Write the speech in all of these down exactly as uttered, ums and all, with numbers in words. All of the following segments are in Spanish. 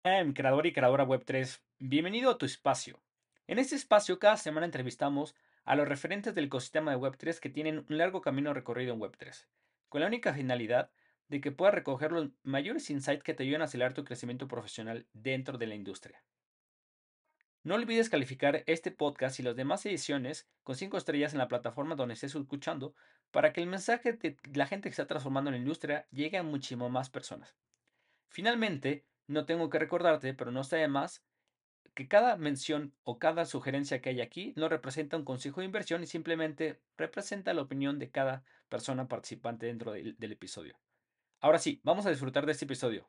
Em, creador y creadora web tres, bienvenido a tu espacio. En este espacio cada semana entrevistamos a los referentes del ecosistema de web tres que tienen un largo camino recorrido en web tres, con la única finalidad de que puedas recoger los mayores insights que te ayuden a acelerar tu crecimiento profesional dentro de la industria. No olvides calificar este podcast y las demás ediciones con cinco estrellas en la plataforma donde estés escuchando para que el mensaje de la gente que está transformando la industria llegue a muchísimas más personas. Finalmente, no tengo que recordarte, pero no está de más, que cada mención o cada sugerencia que hay aquí no representa un consejo de inversión y simplemente representa la opinión de cada persona participante dentro del, del episodio. Ahora sí, vamos a disfrutar de este episodio.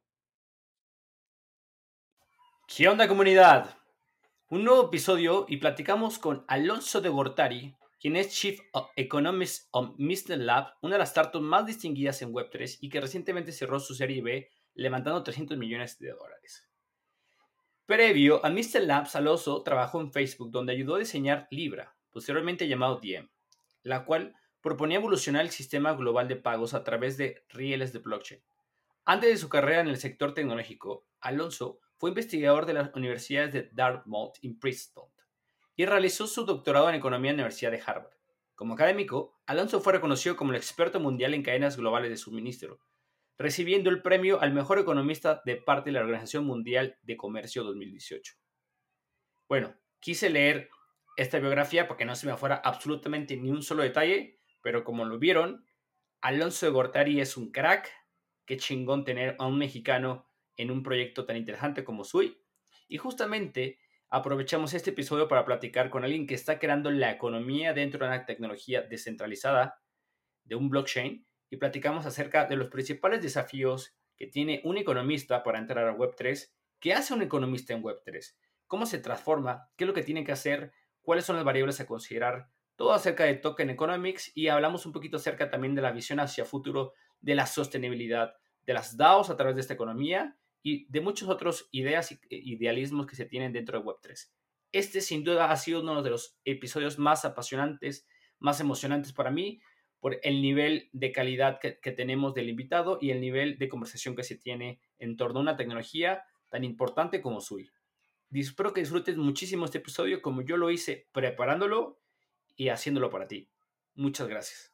¿Qué onda, comunidad? Un nuevo episodio y platicamos con Alonso de Gortari, quien es Chief Economist of míster Lab, una de las startups más distinguidas en web tres y que recientemente cerró su serie B levantando trescientos millones de dólares. Previo a míster Labs, Alonso trabajó en Facebook, donde ayudó a diseñar Libra, posteriormente llamado Diem, la cual proponía evolucionar el sistema global de pagos a través de rieles de blockchain. Antes de su carrera en el sector tecnológico, Alonso fue investigador de las universidades de Dartmouth y Princeton y realizó su doctorado en economía en la Universidad de Harvard. Como académico, Alonso fue reconocido como el experto mundial en cadenas globales de suministro, recibiendo el premio al mejor economista de parte de la Organización Mundial de Comercio dos mil dieciocho. Bueno, quise leer esta biografía porque no se me fuera absolutamente ni un solo detalle, pero como lo vieron, Alonso de Gortari es un crack. Qué chingón tener a un mexicano en un proyecto tan interesante como Sui. Y justamente aprovechamos este episodio para platicar con alguien que está creando la economía dentro de una tecnología descentralizada de un blockchain y platicamos acerca de los principales desafíos que tiene un economista para entrar a web tres. ¿Qué hace un economista en web tres? ¿Cómo se transforma? ¿Qué es lo que tiene que hacer? ¿Cuáles son las variables a considerar? Todo acerca de token economics y hablamos un poquito acerca también de la visión hacia futuro de la sostenibilidad de las DAOs a través de esta economía y de muchas otras ideas e idealismos que se tienen dentro de web tres. Este sin duda ha sido uno de los episodios más apasionantes, más emocionantes para mí, por el nivel de calidad que, que, tenemos del invitado y el nivel de conversación que se tiene en torno a una tecnología tan importante como Sui. Espero que disfrutes muchísimo este episodio como yo lo hice preparándolo y haciéndolo para ti. Muchas gracias.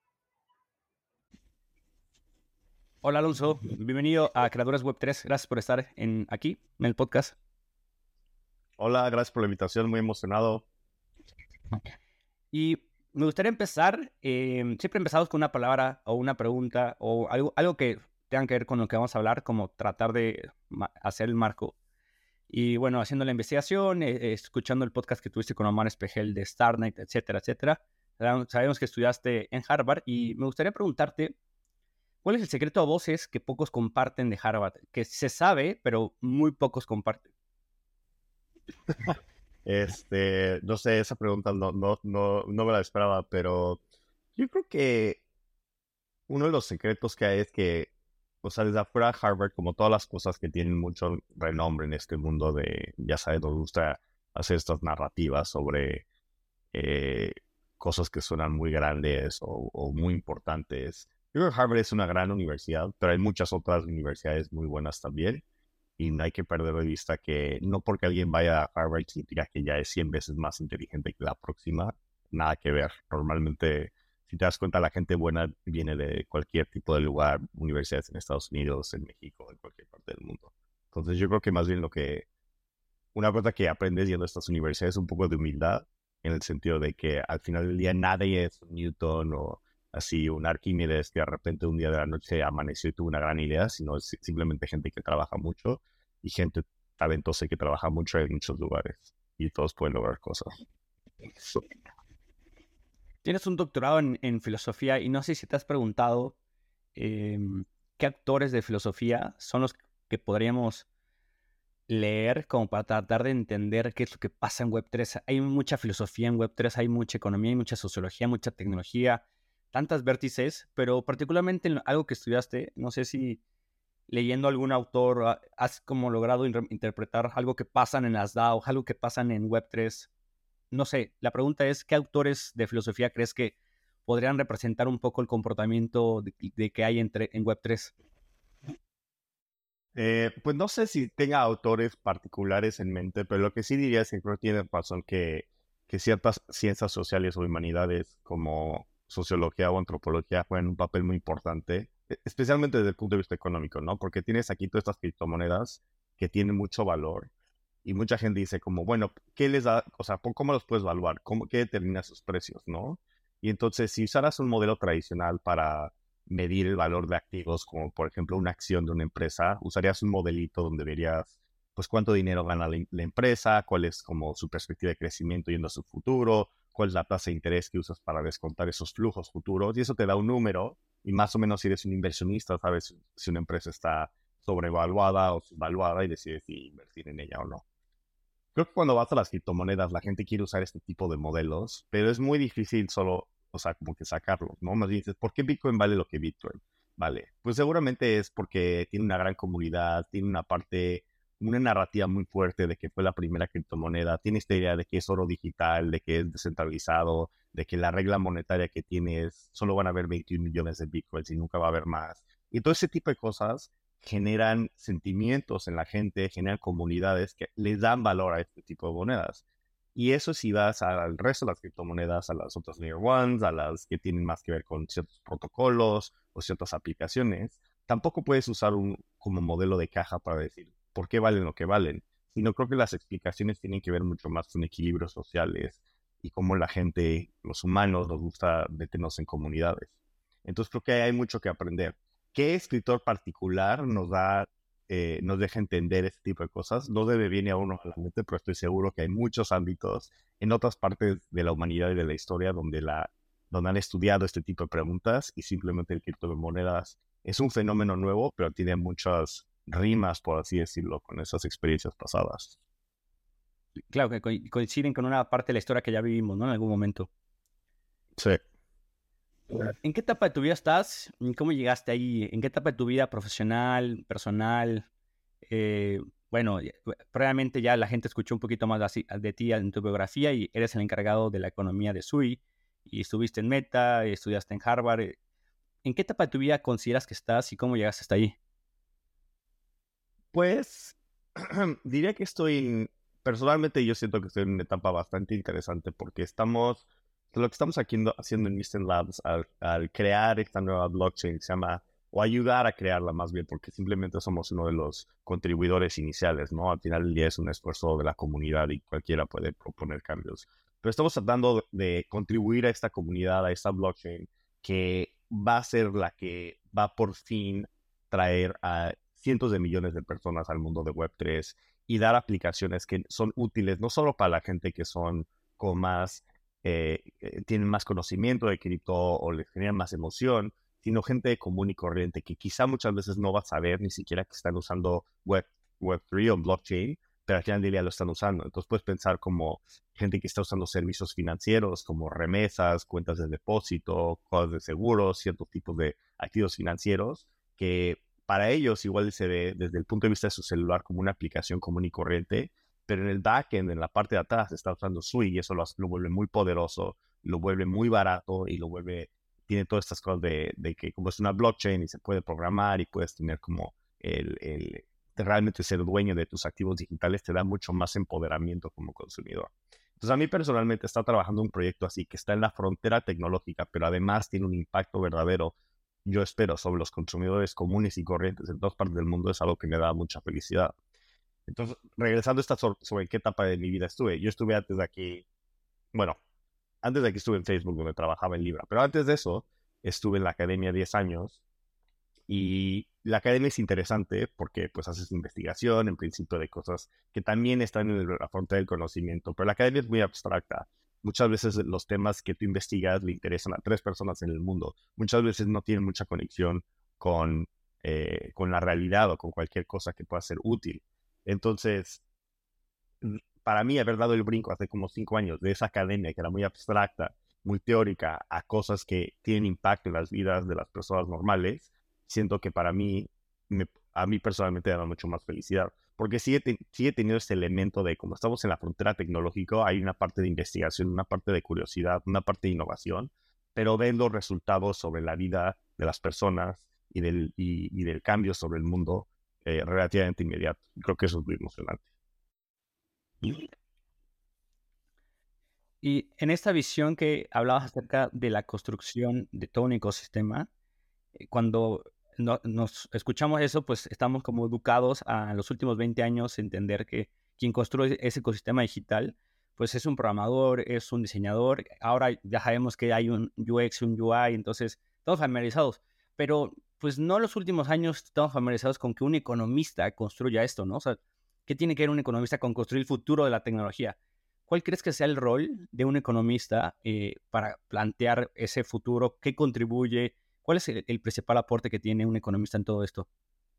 Hola Alonso, bienvenido a Creadores web tres. Gracias por estar en, aquí en el podcast. Hola, gracias por la invitación, muy emocionado. Y me gustaría empezar, eh, siempre empezamos con una palabra o una pregunta o algo, algo que tenga que ver con lo que vamos a hablar, como tratar de hacer el marco. Y bueno, haciendo la investigación, eh, escuchando el podcast que tuviste con Omar Espejel de Starnet, etcétera, etcétera. Sabemos que estudiaste en Harvard y me gustaría preguntarte, ¿cuál es el secreto a voces que pocos comparten de Harvard? Que se sabe, pero muy pocos comparten. Este, no sé, esa pregunta no, no, no, no me la esperaba, pero yo creo que uno de los secretos que hay es que, o sea, desde afuera de Harvard, como todas las cosas que tienen mucho renombre en este mundo de, ya sabes, nos gusta hacer estas narrativas sobre eh, cosas que suenan muy grandes o, o muy importantes. Yo creo que Harvard es una gran universidad, pero hay muchas otras universidades muy buenas también. Y no hay que perder de vista que no porque alguien vaya a Harvard significa que ya es cien veces más inteligente que la próxima. Nada que ver. Normalmente, si te das cuenta, la gente buena viene de cualquier tipo de lugar, universidades en Estados Unidos, en México, en cualquier parte del mundo. Entonces yo creo que más bien lo que, una cosa que aprendes yendo a estas universidades es un poco de humildad, en el sentido de que al final del día nadie es un Newton o así un Arquímedes que de repente un día de la noche amaneció y tuvo una gran idea, sino es simplemente gente que trabaja mucho y gente talentosa que trabaja mucho en muchos lugares y todos pueden lograr cosas. Tienes un doctorado en, en filosofía y no sé si te has preguntado eh, qué actores de filosofía son los que podríamos leer como para tratar de entender qué es lo que pasa en web tres. Hay mucha filosofía en web tres, hay mucha economía, hay mucha sociología, mucha tecnología, tantas vértices, pero particularmente en algo que estudiaste, no sé si leyendo algún autor has como logrado in- interpretar algo que pasan en las DAO, algo que pasan en web tres. No sé, la pregunta es, ¿qué autores de filosofía crees que podrían representar un poco el comportamiento de, de que hay entre, en web tres? Eh, pues no sé si tenga autores particulares en mente, pero lo que sí diría es que creo que tiene razón que, que ciertas ciencias sociales o humanidades como sociología o antropología juegan un papel muy importante, e- especialmente desde el punto de vista económico, ¿no? Porque tienes aquí todas estas criptomonedas que tienen mucho valor y mucha gente dice como, bueno, ¿qué les da? O sea, ¿cómo los puedes evaluar? ¿Cómo, qué determina sus precios, no? Y entonces, si usaras un modelo tradicional para medir el valor de activos, como por ejemplo una acción de una empresa, usarías un modelito donde verías pues cuánto dinero gana la, la empresa, cuál es como su perspectiva de crecimiento yendo a su futuro, cuál es la tasa de interés que usas para descontar esos flujos futuros, y eso te da un número, y más o menos si eres un inversionista, sabes si una empresa está sobrevaluada o subvaluada y decides si invertir en ella o no. Creo que cuando vas a las criptomonedas, la gente quiere usar este tipo de modelos, pero es muy difícil solo, o sea, como que sacarlos, ¿no? Más bien dices, ¿por qué Bitcoin vale lo que Bitcoin vale? Pues seguramente es porque tiene una gran comunidad, tiene una parte, una narrativa muy fuerte de que fue la primera criptomoneda, tiene esta idea de que es oro digital, de que es descentralizado, de que la regla monetaria que tiene es, solo van a haber veintiún millones de Bitcoins y nunca va a haber más. Y todo ese tipo de cosas generan sentimientos en la gente, generan comunidades que les dan valor a este tipo de monedas. Y eso si vas al resto de las criptomonedas, a las otras Layer Ones, a las que tienen más que ver con ciertos protocolos o ciertas aplicaciones, tampoco puedes usar un como modelo de caja para decir por qué valen lo que valen, sino creo que las explicaciones tienen que ver mucho más con equilibrios sociales y cómo la gente, los humanos, nos gusta meternos en comunidades. Entonces creo que hay mucho que aprender. ¿Qué escritor particular nos da, eh, nos deja entender este tipo de cosas? No debe viene a uno a la mente, pero estoy seguro que hay muchos ámbitos en otras partes de la humanidad y de la historia donde, la, donde han estudiado este tipo de preguntas y simplemente el criptomonedas es un fenómeno nuevo, pero tiene muchas rimas, por así decirlo, con esas experiencias pasadas. Claro, que co- coinciden con una parte de la historia que ya vivimos, ¿no? En algún momento. Sí. ¿En qué etapa de tu vida estás? ¿Cómo llegaste ahí? ¿En qué etapa de tu vida profesional, personal? Eh, bueno, ya- previamente ya la gente escuchó un poquito más así- de ti en tu biografía y eres el encargado de la economía de S U I y estuviste en Meta, estudiaste en Harvard. eh, ¿En qué etapa de tu vida consideras que estás y cómo llegaste hasta ahí? Pues diría que estoy, personalmente yo siento que estoy en una etapa bastante interesante porque estamos, lo que estamos haciendo, haciendo en Mysten Labs al, al crear esta nueva blockchain que se llama, o ayudar a crearla más bien, porque simplemente somos uno de los contribuidores iniciales, ¿no? Al final del día es un esfuerzo de la comunidad y cualquiera puede proponer cambios. Pero estamos tratando de contribuir a esta comunidad, a esta blockchain, que va a ser la que va por fin traer a cientos de millones de personas al mundo de web tres y dar aplicaciones que son útiles no solo para la gente que son con más, eh, eh, tienen más conocimiento de cripto o les generan más emoción, sino gente común y corriente que quizá muchas veces no va a saber ni siquiera que están usando web, web tres o blockchain, pero al final del día lo están usando. Entonces puedes pensar como gente que está usando servicios financieros como remesas, cuentas de depósito, cosas de seguros, ciertos tipos de activos financieros que para ellos igual se ve desde el punto de vista de su celular como una aplicación común y corriente, pero en el backend, en la parte de atrás, está usando S U I y eso lo, lo vuelve muy poderoso, lo vuelve muy barato y lo vuelve, tiene todas estas cosas de, de que como es una blockchain y se puede programar y puedes tener como el, el realmente ser dueño de tus activos digitales, te da mucho más empoderamiento como consumidor. Entonces a mí personalmente está trabajando un proyecto así que está en la frontera tecnológica, pero además tiene un impacto verdadero, yo espero, sobre los consumidores comunes y corrientes en todas partes del mundo, es algo que me da mucha felicidad. Entonces, regresando a esta so- sobre qué etapa de mi vida estuve, yo estuve antes de aquí, bueno, antes de aquí estuve en Facebook donde trabajaba en Libra, pero antes de eso estuve en la academia diez años y la academia es interesante porque pues haces investigación en principio de cosas que también están en la frontera del conocimiento, pero la academia es muy abstracta. Muchas veces los temas que tú investigas le interesan a tres personas en el mundo. Muchas veces no tienen mucha conexión con, eh, con la realidad o con cualquier cosa que pueda ser útil. Entonces, para mí haber dado el brinco hace como cinco años de esa academia que era muy abstracta, muy teórica, a cosas que tienen impacto en las vidas de las personas normales, siento que para mí, me, a mí personalmente da mucho más felicidad, porque sigue, te, sigue teniendo este elemento de, como estamos en la frontera tecnológica, hay una parte de investigación, una parte de curiosidad, una parte de innovación, pero ven los resultados sobre la vida de las personas y del, y, y del cambio sobre el mundo eh, relativamente inmediato. Creo que eso es muy emocionante. Y en esta visión que hablabas acerca de la construcción de todo un ecosistema, eh, cuando no- nos escuchamos eso, pues estamos como educados a los últimos veinte años entender que quien construye ese ecosistema digital, pues es un programador, es un diseñador. Ahora ya sabemos que hay un U X y un U I, entonces estamos familiarizados. Pero pues no los últimos años estamos familiarizados con que un economista construya esto, ¿no? O sea, ¿qué tiene que ver un economista con construir el futuro de la tecnología? ¿Cuál crees que sea el rol de un economista eh, para plantear ese futuro? ¿Qué contribuye? ¿Cuál es el, el principal aporte que tiene un economista en todo esto?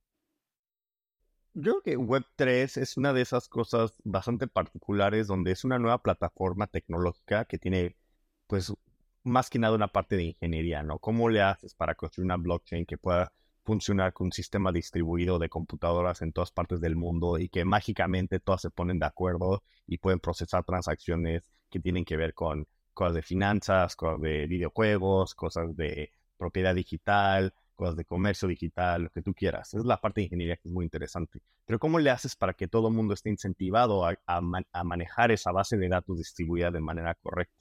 Yo creo que web tres es una de esas cosas bastante particulares donde es una nueva plataforma tecnológica que tiene, pues, más que nada una parte de ingeniería, ¿no? ¿Cómo le haces para construir una blockchain que pueda funcionar con un sistema distribuido de computadoras en todas partes del mundo y que mágicamente todas se ponen de acuerdo y pueden procesar transacciones que tienen que ver con cosas de finanzas, cosas de videojuegos, cosas de propiedad digital, cosas de comercio digital, lo que tú quieras? Esa es la parte de ingeniería que es muy interesante. Pero ¿cómo le haces para que todo el mundo esté incentivado a, a, man- a manejar esa base de datos distribuida de manera correcta?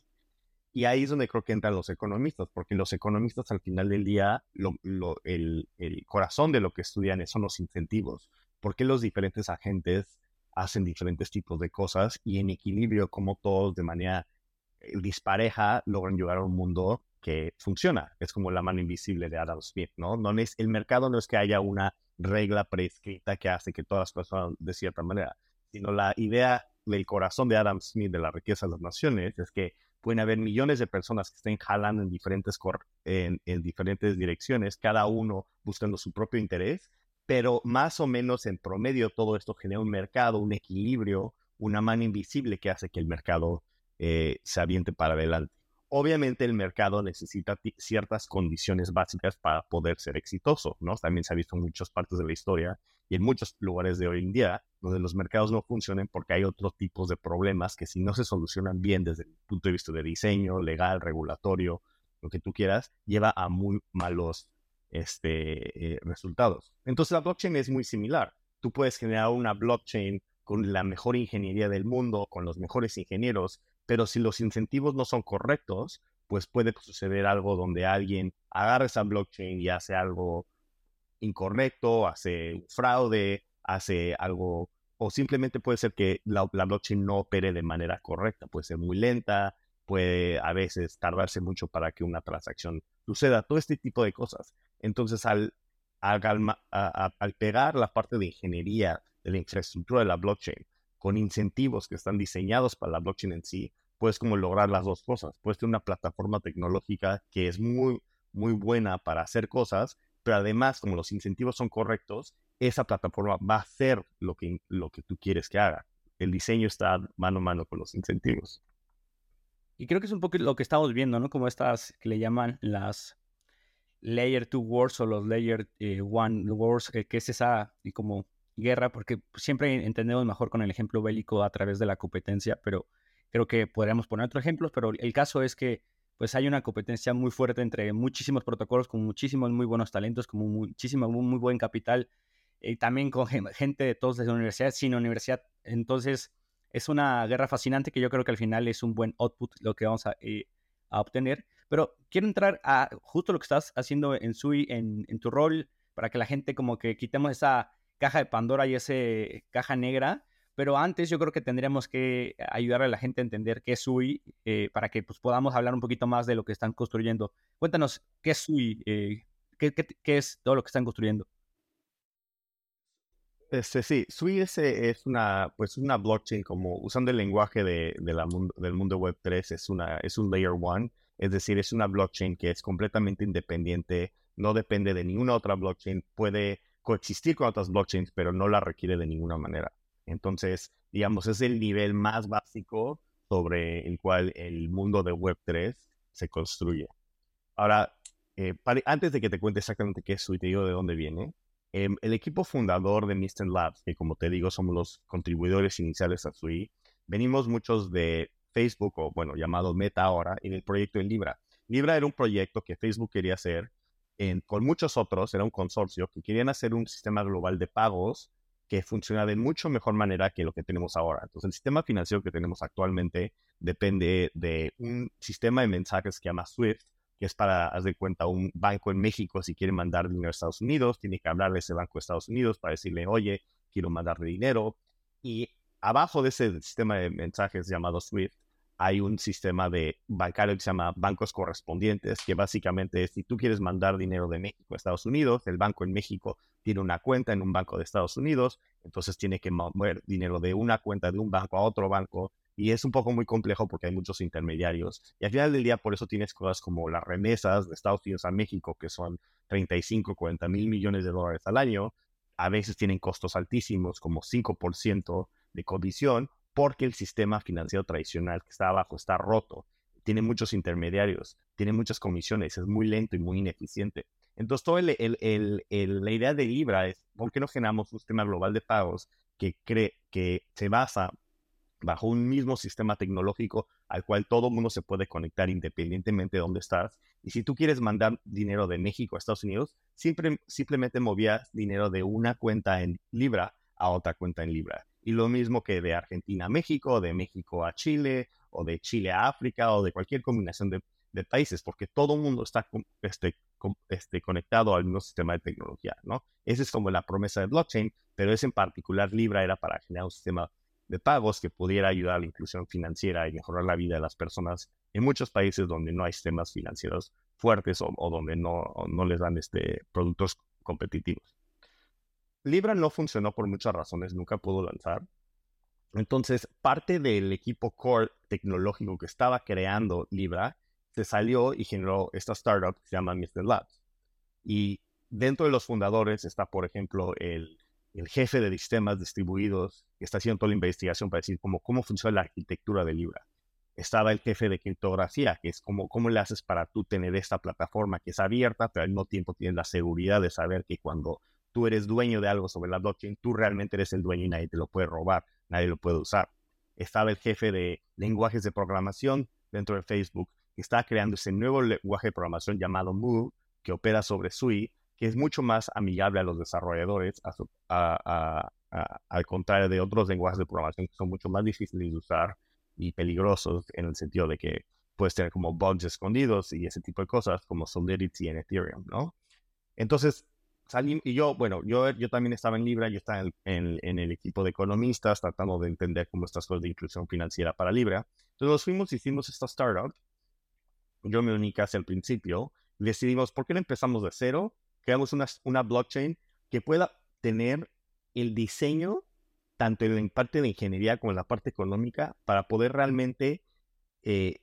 Y ahí es donde creo que entran los economistas, porque los economistas al final del día, lo, lo, el, el corazón de lo que estudian son los incentivos. ¿Por qué los diferentes agentes hacen diferentes tipos de cosas y en equilibrio, como todos de manera eh, dispareja logran llegar a un mundo que funciona? Es como la mano invisible de Adam Smith, ¿no? No es, el mercado no es que haya una regla prescrita que hace que todas las cosas de cierta manera, sino la idea del corazón de Adam Smith de la riqueza de las naciones es que pueden haber millones de personas que estén jalando en diferentes, en, en diferentes direcciones, cada uno buscando su propio interés, pero más o menos en promedio todo esto genera un mercado, un equilibrio, una mano invisible que hace que el mercado eh, se aviente para adelante. Obviamente el mercado necesita ciertas condiciones básicas para poder ser exitoso, ¿no? También se ha visto en muchas partes de la historia y en muchos lugares de hoy en día donde los mercados no funcionan porque hay otros tipos de problemas que si no se solucionan bien desde el punto de vista de diseño, legal, regulatorio, lo que tú quieras, lleva a muy malos este, eh, resultados. Entonces la blockchain es muy similar. Tú puedes generar una blockchain con la mejor ingeniería del mundo, con los mejores ingenieros, pero si los incentivos no son correctos, pues puede suceder algo donde alguien agarra esa blockchain y hace algo incorrecto, hace un fraude, hace algo, o simplemente puede ser que la, la blockchain no opere de manera correcta, puede ser muy lenta, puede a veces tardarse mucho para que una transacción suceda, todo este tipo de cosas. Entonces, al, al, a, al pegar la parte de ingeniería de la infraestructura de la blockchain con incentivos que están diseñados para la blockchain en sí, puedes como lograr las dos cosas. Puedes tener una plataforma tecnológica que es muy, muy buena para hacer cosas, pero además, como los incentivos son correctos, esa plataforma va a hacer lo que, lo que tú quieres que haga. El diseño está mano a mano con los incentivos. Y creo que es un poco lo que estamos viendo, ¿no? Como estas que le llaman las Layer dos Wars o los Layer uno Wars, eh, que es esa y como guerra, porque siempre entendemos mejor con el ejemplo bélico a través de la competencia, pero creo que podríamos poner otros ejemplos, pero el caso es que pues hay una competencia muy fuerte entre muchísimos protocolos con muchísimos muy buenos talentos, como muchísimo muy, muy buen capital, y también con gente de todos desde la universidad, sin universidad. Entonces es una guerra fascinante que yo creo que al final es un buen output lo que vamos a, eh, a obtener. Pero quiero entrar a justo lo que estás haciendo en Sui, en, en tu rol, para que la gente como que quitemos esa caja de Pandora y esa caja negra. Pero antes yo creo que tendríamos que ayudar a la gente a entender qué es Sui, eh, para que pues, podamos hablar un poquito más de lo que están construyendo. Cuéntanos, ¿qué es Sui? Eh, ¿qué, qué, ¿Qué es todo lo que están construyendo? Este, sí, Sui es, es una, pues una blockchain como usando el lenguaje de, de la mundo, del mundo web tres, es, una, es un layer one, es decir, es una blockchain que es completamente independiente, no depende de ninguna otra blockchain, puede coexistir con otras blockchains, pero no la requiere de ninguna manera. Entonces, digamos, es el nivel más básico sobre el cual el mundo de web tres se construye. Ahora, eh, para- antes de que te cuente exactamente qué es Sui, te digo de dónde viene. Em, el equipo fundador de Misten Labs, que como te digo somos los contribuidores iniciales a Sui, venimos muchos de Facebook, o bueno, llamado Meta ahora, en el proyecto de Libra. Libra era un proyecto que Facebook quería hacer en, con muchos otros, era un consorcio que querían hacer un sistema global de pagos que funciona de mucho mejor manera que lo que tenemos ahora. Entonces, el sistema financiero que tenemos actualmente depende de un sistema de mensajes que se llama SWIFT, que es para, haz de cuenta, un banco en México, si quiere mandar dinero a Estados Unidos, tiene que hablarle a ese banco de Estados Unidos para decirle, oye, quiero mandarle dinero. Y abajo de ese sistema de mensajes llamado SWIFT, hay un sistema de bancario que se llama bancos correspondientes, que básicamente es, si tú quieres mandar dinero de México a Estados Unidos, el banco en México tiene una cuenta en un banco de Estados Unidos, entonces tiene que mover dinero de una cuenta de un banco a otro banco, y es un poco muy complejo porque hay muchos intermediarios. Y al final del día, por eso tienes cosas como las remesas de Estados Unidos a México, que son treinta y cinco, cuarenta mil millones de dólares al año. A veces tienen costos altísimos, como cinco por ciento de comisión, porque el sistema financiero tradicional que está abajo está roto. Tiene muchos intermediarios, tiene muchas comisiones, es muy lento y muy ineficiente. Entonces, toda el, el, el, el, la idea de Libra es, ¿por qué no generamos un sistema global de pagos que, cree, que se basa bajo un mismo sistema tecnológico al cual todo el mundo se puede conectar independientemente de dónde estás? Y si tú quieres mandar dinero de México a Estados Unidos, siempre, simplemente movías dinero de una cuenta en Libra a otra cuenta en Libra. Y lo mismo que de Argentina a México, de México a Chile, o de Chile a África, o de cualquier combinación de, de países, porque todo el mundo está este, este, conectado al mismo sistema de tecnología, ¿no? Esa es como la promesa de blockchain, pero ese en particular Libra era para generar un sistema de pagos que pudiera ayudar a la inclusión financiera y mejorar la vida de las personas en muchos países donde no hay sistemas financieros fuertes o, o donde no, o no les dan este, productos competitivos. Libra no funcionó por muchas razones, nunca pudo lanzar. Entonces, parte del equipo core tecnológico que estaba creando Libra se salió y generó esta startup que se llama mister Labs. Y dentro de los fundadores está, por ejemplo, el, el jefe de sistemas distribuidos que está haciendo toda la investigación para decir cómo, cómo funciona la arquitectura de Libra. Estaba el jefe de criptografía, que es cómo, cómo le haces para tú tener esta plataforma que es abierta, pero al mismo tiempo tienes la seguridad de saber que cuando tú eres dueño de algo sobre la blockchain, tú realmente eres el dueño y nadie te lo puede robar, nadie lo puede usar. Estaba el jefe de lenguajes de programación dentro de Facebook, que está creando ese nuevo lenguaje de programación llamado Move, que opera sobre Sui, que es mucho más amigable a los desarrolladores, a su, a, a, a, al contrario de otros lenguajes de programación que son mucho más difíciles de usar y peligrosos en el sentido de que puedes tener como bugs escondidos y ese tipo de cosas como Solidity en Ethereum, ¿no? Entonces, salí, y yo, bueno, yo, yo también estaba en Libra, yo estaba en, en, en el equipo de economistas tratando de entender cómo estas cosas de inclusión financiera para Libra. Entonces nos fuimos y hicimos esta startup. Yo me uní casi al principio. Decidimos, ¿por qué no empezamos de cero? Creamos una, una blockchain que pueda tener el diseño, tanto en la parte de ingeniería como en la parte económica, para poder realmente eh,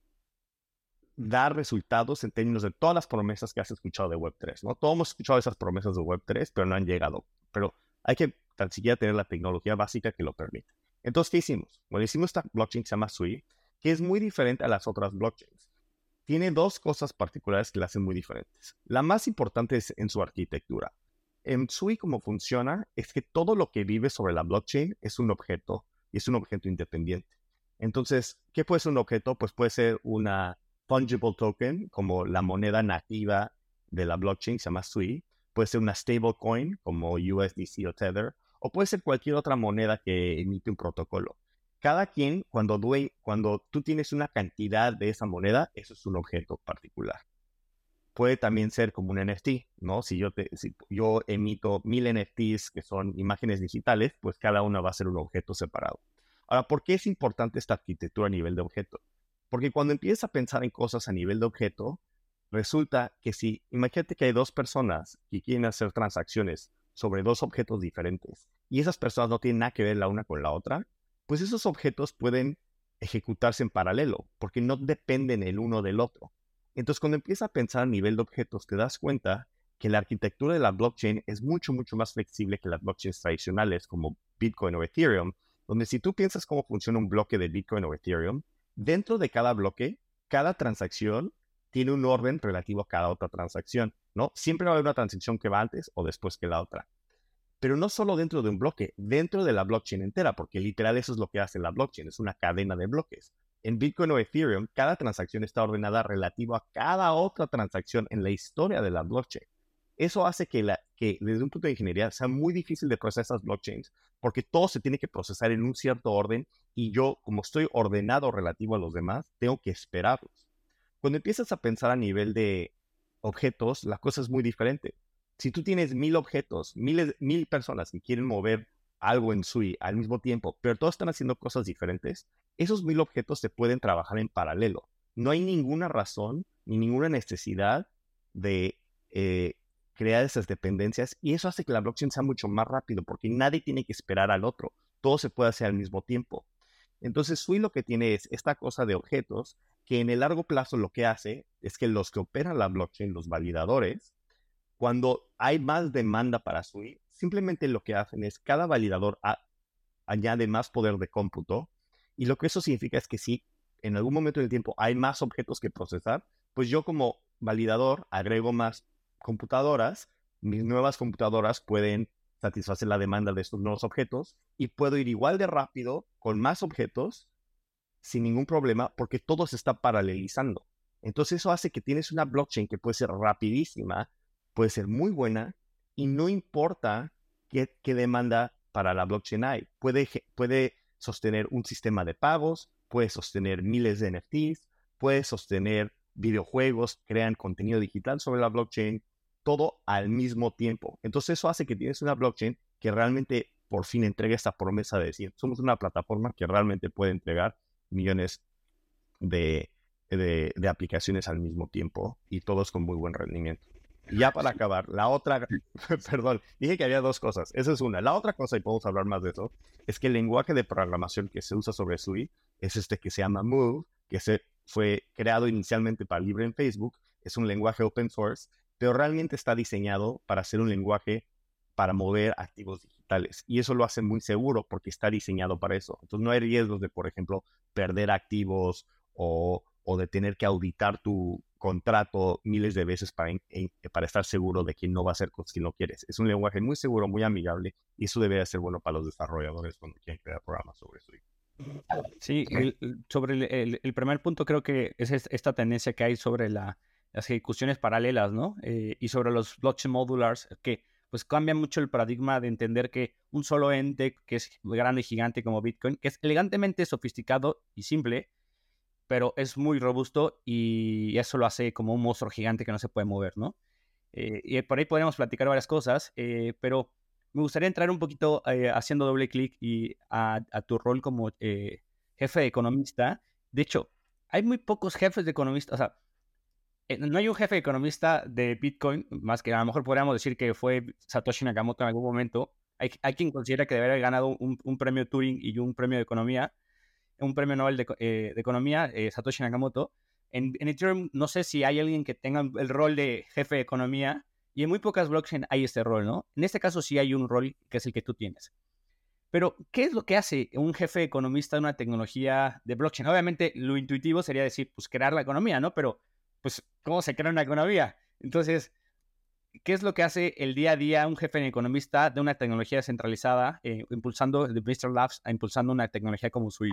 dar resultados en términos de todas las promesas que has escuchado de web tres, ¿no? Todos hemos escuchado esas promesas de web tres, pero no han llegado. Pero hay que tan siquiera tener la tecnología básica que lo permita. Entonces, ¿qué hicimos? Bueno, hicimos esta blockchain que se llama Sui, que es muy diferente a las otras blockchains. Tiene dos cosas particulares que la hacen muy diferentes. La más importante es en su arquitectura. En Sui, como funciona, es que todo lo que vive sobre la blockchain es un objeto y es un objeto independiente. Entonces, ¿qué puede ser un objeto? Pues puede ser una fungible token, como la moneda nativa de la blockchain, se llama Sui. Puede ser una stablecoin, como U S D C o Tether, o puede ser cualquier otra moneda que emite un protocolo. Cada quien, cuando, due, cuando tú tienes una cantidad de esa moneda, eso es un objeto particular. Puede también ser como un N F T, ¿no? Si yo, te, si yo emito mil N F Ts que son imágenes digitales, pues cada una va a ser un objeto separado. Ahora, ¿por qué es importante esta arquitectura a nivel de objeto? Porque cuando empiezas a pensar en cosas a nivel de objeto, resulta que si, imagínate que hay dos personas que quieren hacer transacciones sobre dos objetos diferentes y esas personas no tienen nada que ver la una con la otra, pues esos objetos pueden ejecutarse en paralelo porque no dependen el uno del otro. Entonces, cuando empiezas a pensar a nivel de objetos, te das cuenta que la arquitectura de la blockchain es mucho, mucho más flexible que las blockchains tradicionales como Bitcoin o Ethereum, donde si tú piensas cómo funciona un bloque de Bitcoin o Ethereum, dentro de cada bloque, cada transacción tiene un orden relativo a cada otra transacción, ¿no? Siempre va a haber una transacción que va antes o después que la otra. Pero no solo dentro de un bloque, dentro de la blockchain entera, porque literal eso es lo que hace la blockchain, es una cadena de bloques. En Bitcoin o Ethereum, cada transacción está ordenada relativo a cada otra transacción en la historia de la blockchain. Eso hace que, la, que desde un punto de ingeniería sea muy difícil de procesar esas blockchains, porque todo se tiene que procesar en un cierto orden y yo, como estoy ordenado relativo a los demás, tengo que esperarlos. Cuando empiezas a pensar a nivel de objetos, la cosa es muy diferente. Si tú tienes mil objetos, miles, mil personas que quieren mover algo en Sui al mismo tiempo, pero todos están haciendo cosas diferentes, esos mil objetos se pueden trabajar en paralelo. No hay ninguna razón ni ninguna necesidad de eh, crear esas dependencias y eso hace que la blockchain sea mucho más rápido porque nadie tiene que esperar al otro. Todo se puede hacer al mismo tiempo. Entonces, Sui lo que tiene es esta cosa de objetos que en el largo plazo lo que hace es que los que operan la blockchain, los validadores, cuando hay más demanda para Sui, simplemente lo que hacen es cada validador a, añade más poder de cómputo y lo que eso significa es que si en algún momento del tiempo hay más objetos que procesar, pues yo como validador agrego más computadoras, mis nuevas computadoras pueden satisfacer la demanda de estos nuevos objetos y puedo ir igual de rápido con más objetos sin ningún problema porque todo se está paralelizando. Entonces eso hace que tienes una blockchain que puede ser rapidísima, puede ser muy buena y no importa qué, qué demanda para la blockchain hay. Puede, puede sostener un sistema de pagos, puede sostener miles de N F Ts, puede sostener videojuegos, crean contenido digital sobre la blockchain, todo al mismo tiempo. Entonces eso hace que tienes una blockchain que realmente por fin entrega esta promesa de decir, somos una plataforma que realmente puede entregar millones de, de, de aplicaciones al mismo tiempo y todos con muy buen rendimiento. Y ya para acabar, la otra, perdón, dije que había dos cosas, esa es una. La otra cosa, y podemos hablar más de eso, es que el lenguaje de programación que se usa sobre Sui es este que se llama Move, que se fue creado inicialmente para libre en Facebook, es un lenguaje open source, pero realmente está diseñado para ser un lenguaje para mover activos digitales. Y eso lo hace muy seguro porque está diseñado para eso. Entonces no hay riesgos de, por ejemplo, perder activos o, o de tener que auditar tu contrato miles de veces para, en, para estar seguro de que no va a hacer cosas que no quieres. Es un lenguaje muy seguro, muy amigable y eso debería ser bueno para los desarrolladores cuando quieren crear programas sobre eso. Sí, el, sobre el, el, el primer punto creo que es esta tendencia que hay sobre la, las ejecuciones paralelas, ¿no? Eh, y sobre los blockchain modulars, que pues cambia mucho el paradigma de entender que un solo ente que es grande y gigante como Bitcoin, que es elegantemente sofisticado y simple, pero es muy robusto y eso lo hace como un monstruo gigante que no se puede mover, ¿no? Eh, y por ahí podríamos platicar varias cosas, eh, pero me gustaría entrar un poquito eh, haciendo doble clic y a, a, tu rol como eh, jefe de economista. De hecho, hay muy pocos jefes de economista, o sea, eh, no hay un jefe de economista de Bitcoin, más que a lo mejor podríamos decir que fue Satoshi Nakamoto en algún momento. Hay, hay quien considera que debería haber ganado un, un premio Turing y un premio de economía, un premio Nobel de, eh, de economía, eh, Satoshi Nakamoto. En, en Ethereum no sé si hay alguien que tenga el rol de jefe de economía y en muy pocas blockchain hay este rol, ¿no? En este caso sí hay un rol que es el que tú tienes. Pero, ¿qué es lo que hace un jefe economista de una tecnología de blockchain? Obviamente, lo intuitivo sería decir, pues, crear la economía, ¿no? Pero, pues, ¿cómo se crea una economía? Entonces, ¿qué es lo que hace el día a día un jefe economista de una tecnología descentralizada, eh, impulsando, de mister Labs, impulsando una tecnología como Sui?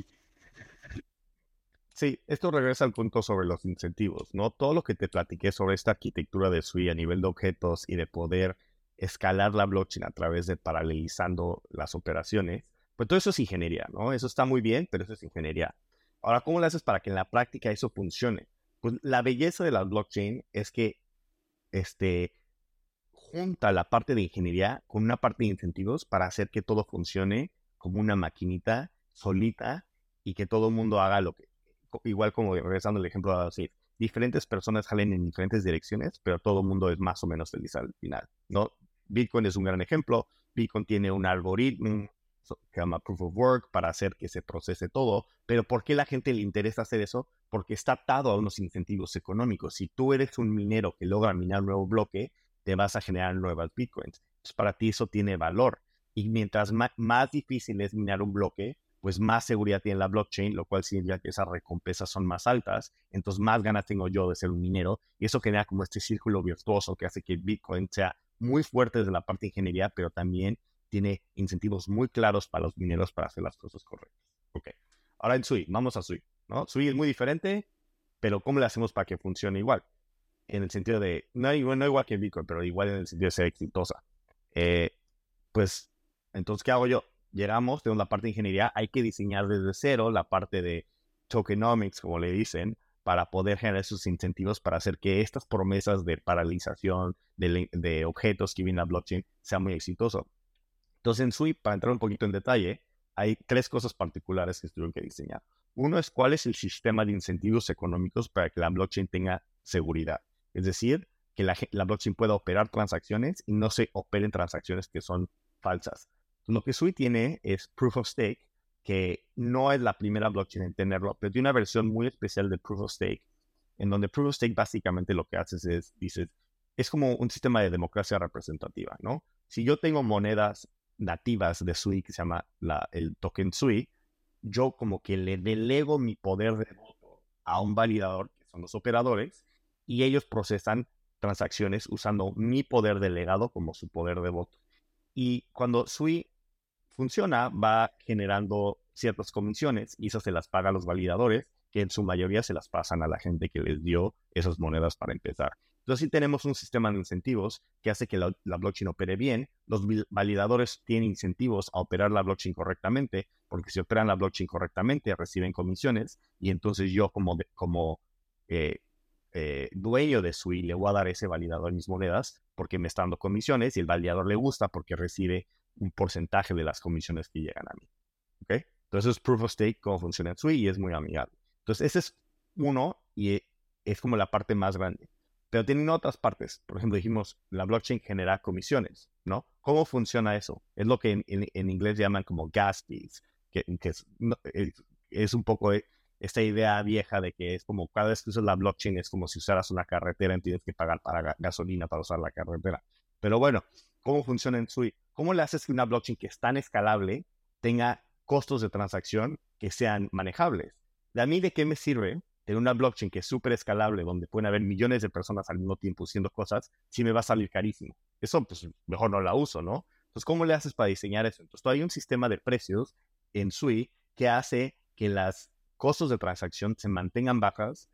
Sí, esto regresa al punto sobre los incentivos, ¿no? Todo lo que te platiqué sobre esta arquitectura de Sui a nivel de objetos y de poder escalar la blockchain a través de paralelizando las operaciones, pues todo eso es ingeniería, ¿no? Eso está muy bien, pero eso es ingeniería. Ahora, ¿cómo lo haces para que en la práctica eso funcione? Pues la belleza de la blockchain es que este, junta la parte de ingeniería con una parte de incentivos para hacer que todo funcione como una maquinita solita y que todo el mundo haga lo que, igual como regresando al ejemplo de así, diferentes personas jalen en diferentes direcciones, pero todo el mundo es más o menos feliz al final, ¿no? Bitcoin es un gran ejemplo. Bitcoin tiene un algoritmo que se llama Proof of Work para hacer que se procese todo, pero ¿por qué la gente le interesa hacer eso? Porque está atado a unos incentivos económicos. Si tú eres un minero que logra minar un nuevo bloque, te vas a generar nuevas Bitcoins. Entonces, para ti eso tiene valor. Y mientras más, más difícil es minar un bloque, pues más seguridad tiene la blockchain, lo cual significa que esas recompensas son más altas, entonces más ganas tengo yo de ser un minero, y eso genera como este círculo virtuoso que hace que Bitcoin sea muy fuerte desde la parte de ingeniería, pero también tiene incentivos muy claros para los mineros para hacer las cosas correctas. Ok, ahora en Sui, vamos a Sui. ¿no? Sui es muy diferente, pero ¿cómo le hacemos para que funcione igual? En el sentido de, no, igual- no igual que Bitcoin, pero igual en el sentido de ser exitosa. Eh, pues, entonces, ¿qué hago yo? Llegamos, tenemos la parte de ingeniería, hay que diseñar desde cero la parte de tokenomics, como le dicen, para poder generar esos incentivos para hacer que estas promesas de paralización de, de objetos que vienen a blockchain sean muy exitosos. Entonces, en Sui, para entrar un poquito en detalle, hay tres cosas particulares que tuvieron que diseñar. Uno es cuál es el sistema de incentivos económicos para que la blockchain tenga seguridad. Es decir, que la, la blockchain pueda operar transacciones y no se operen transacciones que son falsas. Lo que Sui tiene es Proof of Stake, que no es la primera blockchain en tenerlo, pero tiene una versión muy especial de Proof of Stake, en donde Proof of Stake básicamente lo que haces es, dices, es como un sistema de democracia representativa, ¿no? Si yo tengo monedas nativas de Sui, que se llama la, el token Sui, yo como que le delego mi poder de voto a un validador, que son los operadores, y ellos procesan transacciones usando mi poder delegado como su poder de voto. Y cuando Sui funciona, va generando ciertas comisiones y eso se las paga a los validadores, que en su mayoría se las pasan a la gente que les dio esas monedas para empezar. Entonces, sí tenemos un sistema de incentivos que hace que la, la blockchain opere bien. Los validadores tienen incentivos a operar la blockchain correctamente, porque si operan la blockchain correctamente, reciben comisiones. Y entonces yo, como, de, como eh, eh, dueño de Sui, le voy a dar a ese validador mis monedas porque me está dando comisiones y el validador le gusta porque recibe un porcentaje de las comisiones que llegan a mí. ¿Okay? Entonces, es Proof of Stake, cómo funciona en Sui y es muy amigable. Entonces, ese es uno y es como la parte más grande. Pero tienen otras partes. Por ejemplo, dijimos, la blockchain genera comisiones, ¿no? ¿Cómo funciona eso? Es lo que en, en, en inglés llaman como gas fees, que, que es, no, es, es, un poco esta idea vieja de que es como cada vez que usas la blockchain es como si usaras una carretera y tienes que pagar para ga gasolina para usar la carretera. Pero bueno, ¿cómo funciona en Sui? ¿Cómo le haces que una blockchain que es tan escalable tenga costos de transacción que sean manejables? ¿De a mí de qué me sirve tener una blockchain que es súper escalable, donde pueden haber millones de personas al mismo tiempo haciendo cosas, si me va a salir carísimo? Eso, pues, mejor no la uso, ¿no? Entonces, ¿cómo le haces para diseñar eso? Entonces, hay un sistema de precios en Sui que hace que los costos de transacción se mantengan bajas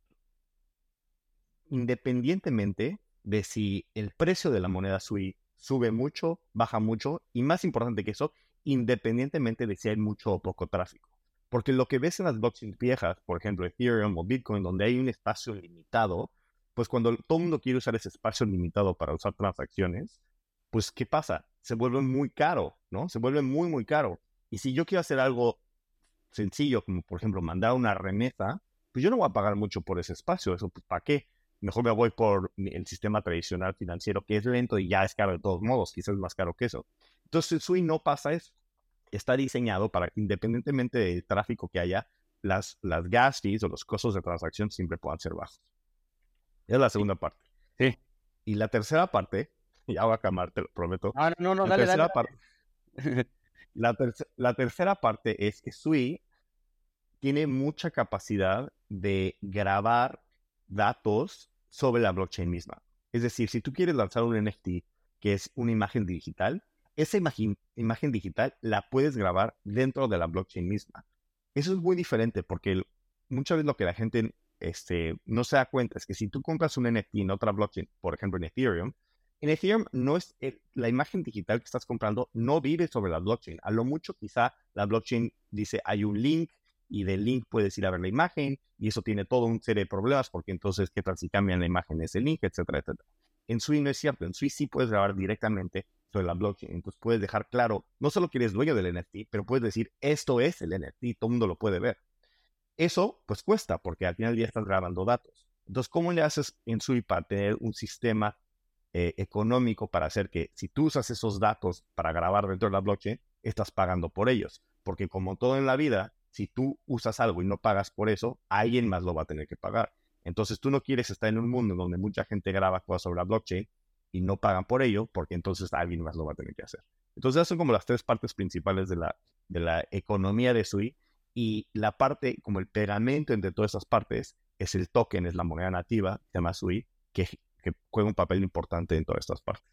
independientemente de si el precio de la moneda Sui sube mucho, baja mucho, y más importante que eso, independientemente de si hay mucho o poco tráfico. Porque lo que ves en las blockchains viejas, por ejemplo Ethereum o Bitcoin, donde hay un espacio limitado, pues cuando todo el mundo quiere usar ese espacio limitado para usar transacciones, pues ¿qué pasa? Se vuelve muy caro, ¿no? Se vuelve muy, muy caro. Y si yo quiero hacer algo sencillo, como por ejemplo mandar una remesa, pues yo no voy a pagar mucho por ese espacio. Eso, pues, ¿para qué? Mejor me voy por el sistema tradicional financiero, que es lento y ya es caro de todos modos, quizás es más caro que eso. Entonces, Sui no pasa eso. Está diseñado para que, independientemente del tráfico que haya, las, las gas fees o los costos de transacción siempre puedan ser bajos. Esa es la segunda parte. Sí. Y la tercera parte, ya voy a calmar, te lo prometo. Ah, no, no, la, dale, tercera dale, parte, dale. la, terc la tercera parte es que Sui tiene mucha capacidad de grabar datos sobre la blockchain misma. Es decir, si tú quieres lanzar un N F T que es una imagen digital, esa imagen, imagen digital la puedes grabar dentro de la blockchain misma. Eso es muy diferente porque muchas veces lo que la gente este, no se da cuenta es que si tú compras un N F T en otra blockchain, por ejemplo en Ethereum, en Ethereum no es el, la imagen digital que estás comprando no vive sobre la blockchain. A lo mucho quizá la blockchain dice hay un link y del link puedes ir a ver la imagen y eso tiene todo un serie de problemas porque entonces qué tal si cambian la imagen de ese link, etcétera, etcétera. En Sui no es cierto. En Sui sí puedes grabar directamente sobre la blockchain. Entonces puedes dejar claro, no solo que eres dueño del N F T, pero puedes decir, esto es el N F T, todo el mundo lo puede ver. Eso, pues cuesta, porque al final del día estás grabando datos. Entonces, ¿cómo le haces en Sui para tener un sistema eh, económico para hacer que si tú usas esos datos para grabar dentro de la blockchain, estás pagando por ellos? Porque como todo en la vida, si tú usas algo y no pagas por eso, alguien más lo va a tener que pagar. Entonces, tú no quieres estar en un mundo donde mucha gente graba cosas sobre la blockchain y no pagan por ello, porque entonces alguien más lo va a tener que hacer. Entonces, esas son como las tres partes principales de la, de la economía de Sui. Y la parte, como el pegamento entre todas esas partes, es el token, es la moneda nativa, se llama Sui, que, que juega un papel importante en todas estas partes.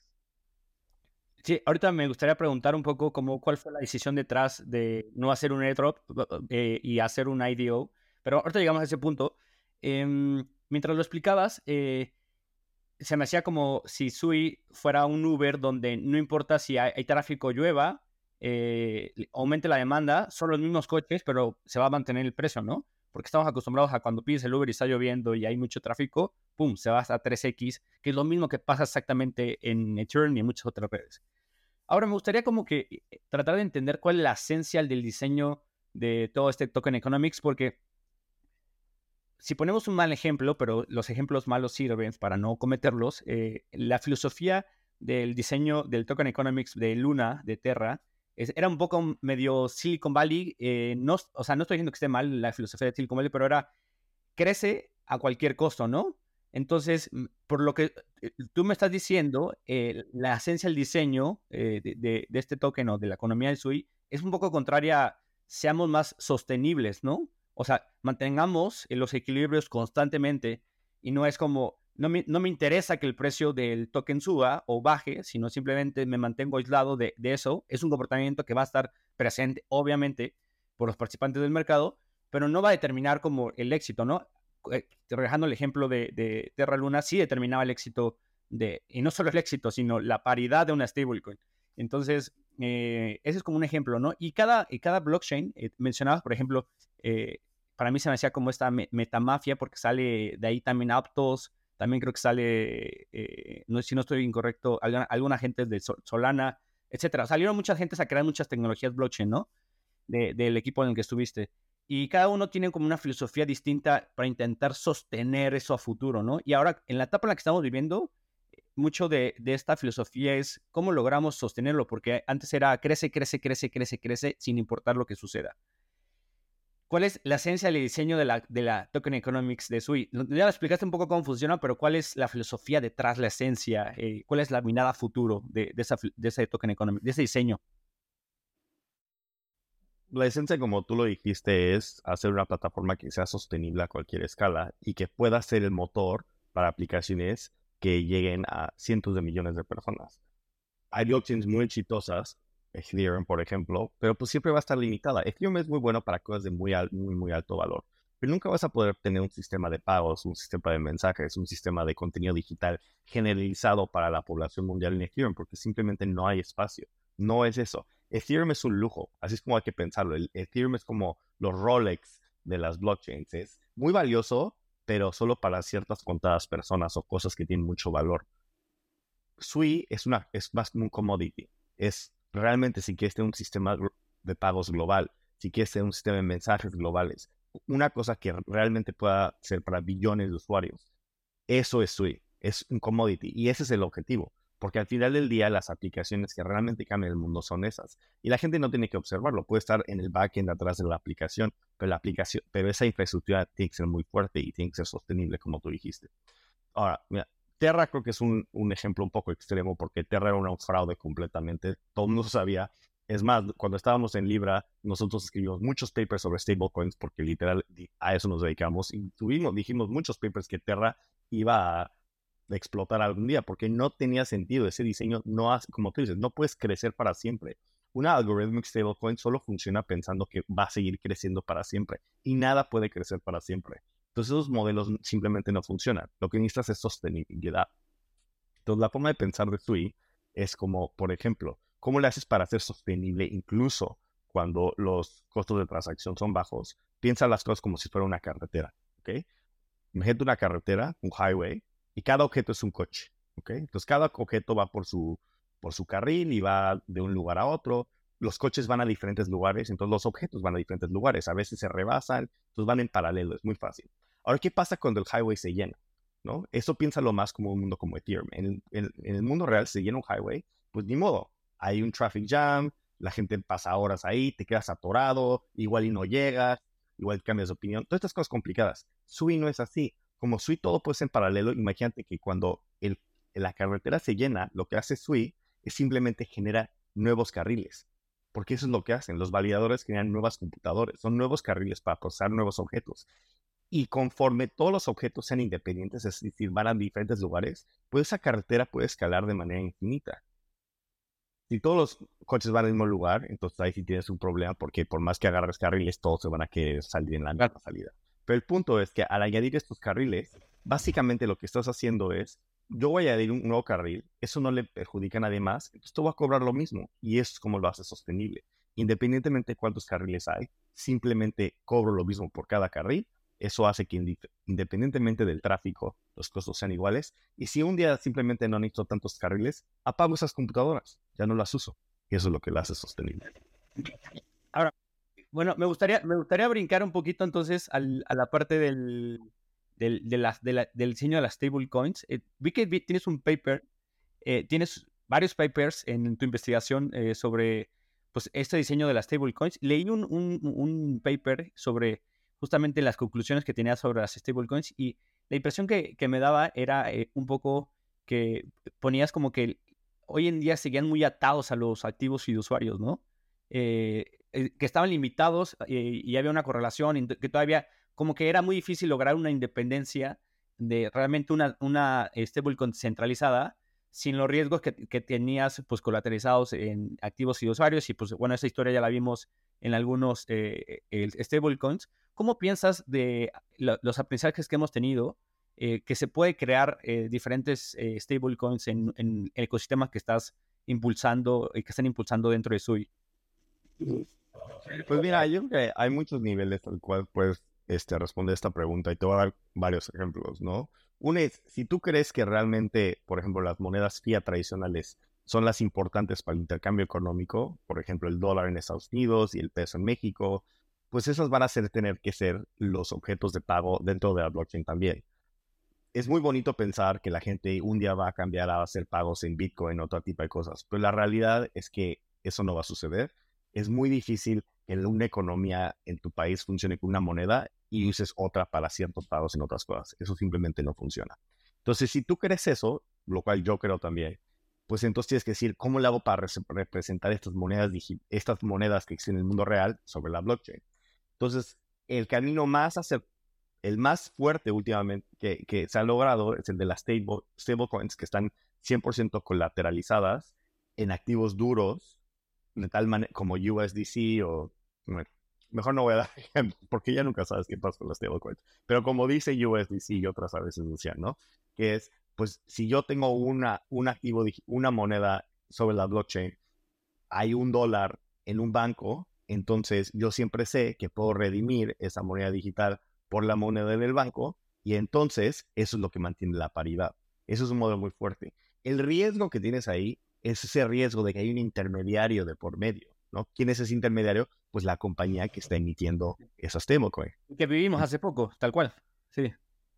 Sí, ahorita me gustaría preguntar un poco cómo, cuál fue la decisión detrás de no hacer un airdrop eh, y hacer un I D O, Pero ahorita llegamos a ese punto. Eh, mientras lo explicabas, eh, se me hacía como si Sui fuera un Uber donde no importa si hay, hay tráfico o llueva, eh, aumente la demanda, son los mismos coches, pero se va a mantener el precio, ¿no? Porque estamos acostumbrados a cuando pides el Uber y está lloviendo y hay mucho tráfico, pum, se va hasta tres equis, que es lo mismo que pasa exactamente en Ethereum y en muchas otras redes. Ahora me gustaría como que tratar de entender cuál es la esencia del diseño de todo este token economics, porque si ponemos un mal ejemplo, pero los ejemplos malos sirven para no cometerlos, eh, la filosofía del diseño del token economics de Luna, de Terra, es, era un poco medio Silicon Valley. Eh, no, o sea, no estoy diciendo que esté mal la filosofía de Silicon Valley, pero era crece a cualquier costo, ¿no? Entonces, por lo que tú me estás diciendo, eh, la esencia del diseño eh, de, de, de este token o de la economía del Sui es un poco contraria a seamos más sostenibles, ¿no? O sea, mantengamos los equilibrios constantemente y no es como, no me, no me interesa que el precio del token suba o baje, sino simplemente me mantengo aislado de, de eso. Es un comportamiento que va a estar presente, obviamente, por los participantes del mercado, pero no va a determinar como el éxito, ¿no? Eh, regresando el ejemplo de, de Terra Luna, sí determinaba el éxito de, y no solo el éxito, sino la paridad de una stablecoin. Entonces, eh, ese es como un ejemplo, ¿no? Y cada, y cada blockchain, eh, mencionabas, por ejemplo, eh, para mí se me hacía como esta me metamafia, porque sale de ahí también Aptos, también creo que sale, eh, no sé si no estoy incorrecto, alguna, alguna gente de Sol Solana, etcétera. Salieron muchas gentes a crear muchas tecnologías blockchain, ¿no? De, del equipo en el que estuviste. Y cada uno tiene como una filosofía distinta para intentar sostener eso a futuro, ¿no? Y ahora, en la etapa en la que estamos viviendo, mucho de, de esta filosofía es cómo logramos sostenerlo, porque antes era crece, crece, crece, crece, crece, sin importar lo que suceda. ¿Cuál es la esencia del diseño de la, de la token economics de Sui? Ya lo explicaste un poco cómo funciona, pero ¿cuál es la filosofía detrás, la esencia? Eh, ¿Cuál es la mirada a futuro de, de, esa, de ese token economics, de ese diseño? La esencia, como tú lo dijiste, es hacer una plataforma que sea sostenible a cualquier escala y que pueda ser el motor para aplicaciones que lleguen a cientos de millones de personas. Hay blockchains muy exitosas, Ethereum, por ejemplo, pero pues siempre va a estar limitada. Ethereum es muy bueno para cosas de muy, al, muy, muy alto valor, pero nunca vas a poder tener un sistema de pagos, un sistema de mensajes, un sistema de contenido digital generalizado para la población mundial en Ethereum, porque simplemente no hay espacio. No es eso. Ethereum es un lujo, así es como hay que pensarlo. El Ethereum es como los Rolex de las blockchains. Es muy valioso, pero solo para ciertas contadas personas o cosas que tienen mucho valor. Sui es, una, es más como un commodity. Es realmente si quieres tener un sistema de pagos global, si quieres tener un sistema de mensajes globales, una cosa que realmente pueda ser para billones de usuarios. Eso es Sui, es un commodity y ese es el objetivo. Porque al final del día las aplicaciones que realmente cambian el mundo son esas. Y la gente no tiene que observarlo. Puede estar en el backend atrás de la aplicación, pero, la aplicación, pero esa infraestructura tiene que ser muy fuerte y tiene que ser sostenible, como tú dijiste. Ahora, mira, Terra creo que es un, un ejemplo un poco extremo porque Terra era un fraude completamente. Todo el mundo sabía. Es más, cuando estábamos en Libra, nosotros escribimos muchos papers sobre stablecoins porque literal a eso nos dedicamos. Y tuvimos, dijimos muchos papers que Terra iba a de explotar algún día, porque no tenía sentido. Ese diseño no hace, como tú dices, no puedes crecer para siempre. Una algorithmic stablecoin solo funciona pensando que va a seguir creciendo para siempre y nada puede crecer para siempre. Entonces esos modelos simplemente no funcionan. Lo que necesitas es sostenibilidad. Entonces la forma de pensar de Sui es como, por ejemplo, ¿cómo le haces para ser sostenible incluso cuando los costos de transacción son bajos? Piensa las cosas como si fuera una carretera, ¿ok? Imagínate una carretera, un highway, y cada objeto es un coche, ¿ok? Entonces cada objeto va por su, por su carril y va de un lugar a otro. Los coches van a diferentes lugares, entonces los objetos van a diferentes lugares. A veces se rebasan, entonces van en paralelo, es muy fácil. Ahora, ¿qué pasa cuando el highway se llena? ¿No? Eso piénsalo más como un mundo como Ethereum. En, en, en el mundo real se llena un highway, pues ni modo. Hay un traffic jam, la gente pasa horas ahí, te quedas atorado, igual y no llegas, igual cambias de opinión. Todas estas cosas complicadas. Sui no es así. Como Sui todo puede ser en paralelo, imagínate que cuando el, la carretera se llena, lo que hace Sui es simplemente generar nuevos carriles. Porque eso es lo que hacen. Los validadores generan nuevos computadores. Son nuevos carriles para procesar nuevos objetos. Y conforme todos los objetos sean independientes, es decir, van a diferentes lugares, pues esa carretera puede escalar de manera infinita. Si todos los coches van al mismo lugar, entonces ahí sí tienes un problema porque por más que agarres carriles, todos se van a querer salir en la misma salida. Pero el punto es que al añadir estos carriles, básicamente lo que estás haciendo es, yo voy a añadir un nuevo carril, eso no le perjudica a nadie más, entonces tú vas a cobrar lo mismo y eso es como lo hace sostenible. Independientemente de cuántos carriles hay, simplemente cobro lo mismo por cada carril. Eso hace que independientemente del tráfico, los costos sean iguales. Y si un día simplemente no necesito tantos carriles, apago esas computadoras, ya no las uso. Y eso es lo que las hace sostenible. Ahora, bueno, me gustaría, me gustaría brincar un poquito entonces al, a la parte del, del, de la, de la, del diseño de las stablecoins. Eh, vi que vi, tienes un paper, eh, tienes varios papers en tu investigación eh, sobre pues, este diseño de las stablecoins. Leí un, un, un paper sobre justamente las conclusiones que tenía sobre las stablecoins y la impresión que, que me daba era eh, un poco que ponías como que hoy en día seguían muy atados a los activos y usuarios, ¿no? Eh, eh, que estaban limitados eh, y había una correlación, y que todavía como que era muy difícil lograr una independencia de realmente una, una stablecoin centralizada sin los riesgos que, que tenías pues colateralizados en activos y usuarios y pues bueno, esa historia ya la vimos en algunos eh, stablecoins. ¿Cómo piensas de lo, los aprendizajes que hemos tenido eh, que se puede crear eh, diferentes eh, stablecoins en, en el ecosistema que estás impulsando y que están impulsando dentro de Sui? Pues mira, yo creo que hay muchos niveles al cual puedes este, responder esta pregunta y te voy a dar varios ejemplos, ¿no? Uno es, si tú crees que realmente, por ejemplo, las monedas fiat tradicionales son las importantes para el intercambio económico, por ejemplo, el dólar en Estados Unidos y el peso en México, pues esas van a ser, tener que ser los objetos de pago dentro de la blockchain también. Es muy bonito pensar que la gente un día va a cambiar a hacer pagos en Bitcoin o otro tipo de cosas, pero la realidad es que eso no va a suceder. Es muy difícil que una economía en tu país funcione con una moneda y uses otra para ciertos pagos en otras cosas. Eso simplemente no funciona. Entonces, si tú crees eso, lo cual yo creo también, pues entonces tienes que decir, ¿cómo le hago para representar estas monedas, estas monedas que existen en el mundo real sobre la blockchain? Entonces, el camino más hacer, el más fuerte últimamente que, que se ha logrado es el de las stable, stablecoins que están cien por ciento colateralizadas en activos duros, de tal manera como U S D C o... Bueno, mejor no voy a dar ejemplos porque ya nunca sabes qué pasa con las stablecoins. Pero como dice U S D C y otras a veces decían, ¿no? Que es, pues, si yo tengo una, un activo, una moneda sobre la blockchain, hay un dólar en un banco, entonces yo siempre sé que puedo redimir esa moneda digital por la moneda del banco y entonces eso es lo que mantiene la paridad. Eso es un modelo muy fuerte. El riesgo que tienes ahí es ese riesgo de que hay un intermediario de por medio, ¿no? ¿Quién es ese intermediario? Pues la compañía que está emitiendo esas stablecoins. Que vivimos hace poco, tal cual. Sí.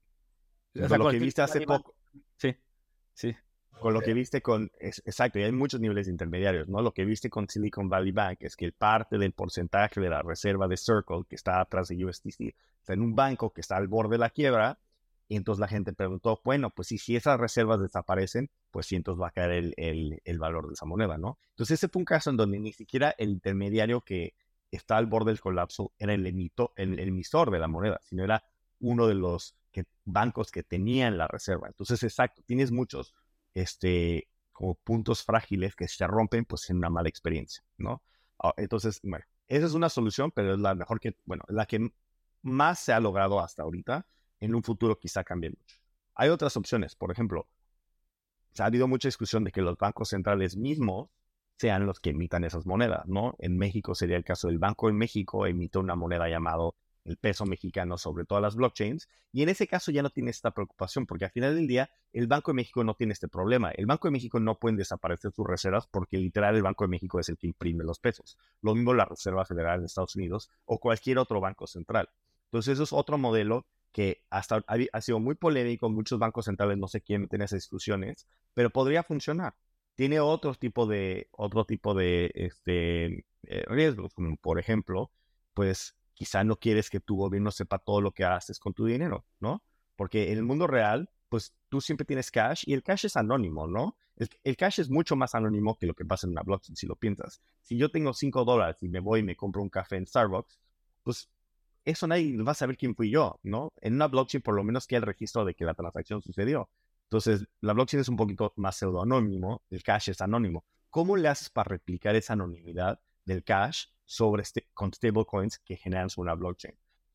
O sea, lo que viste hace poco. Sí, sí. Con lo que viste con, es, exacto, y hay muchos niveles intermediarios, ¿no? Lo que viste con Silicon Valley Bank es que parte del porcentaje de la reserva de Circle, que está atrás de U S D C, está en un banco que está al borde de la quiebra, y entonces la gente preguntó, bueno, pues sí, si esas reservas desaparecen, pues sí, entonces va a caer el, el, el valor de esa moneda, ¿no? Entonces ese fue un caso en donde ni siquiera el intermediario que está al borde del colapso era el, emito, el, el emisor de la moneda, sino era uno de los que, bancos que tenían la reserva. Entonces, exacto, tienes muchos este, como puntos frágiles que se rompen, pues en una mala experiencia, ¿no? Entonces, bueno, esa es una solución, pero es la mejor que, bueno, la que más se ha logrado hasta ahorita. En un futuro quizá cambie mucho. Hay otras opciones, por ejemplo, se ha habido mucha discusión de que los bancos centrales mismos sean los que emitan esas monedas, ¿no? En México sería el caso del Banco de México, emite una moneda llamado el peso mexicano sobre todas las blockchains, y en ese caso ya no tiene esta preocupación, porque al final del día el Banco de México no tiene este problema. El Banco de México no puede desaparecer sus reservas porque literal el Banco de México es el que imprime los pesos. Lo mismo la Reserva Federal de Estados Unidos o cualquier otro banco central. Entonces eso es otro modelo que hasta ha, ha sido muy polémico, muchos bancos centrales no se quieren meter en esas discusiones, pero podría funcionar. Tiene otro tipo de, otro tipo de este, eh, riesgos, como por ejemplo, pues quizá no quieres que tu gobierno sepa todo lo que haces con tu dinero, ¿no? Porque en el mundo real, pues tú siempre tienes cash y el cash es anónimo, ¿no? El, el cash es mucho más anónimo que lo que pasa en una blockchain, si lo piensas. Si yo tengo cinco dólares y me voy y me compro un café en Starbucks, pues eso nadie va a saber quién fui yo, ¿no? En una blockchain por lo menos queda el registro de que la transacción sucedió. Entonces, la blockchain es un poquito más pseudoanónimo, el cash es anónimo. ¿Cómo le haces para replicar esa anonimidad del cash sobre este, con stablecoins que generan sobre una blockchain?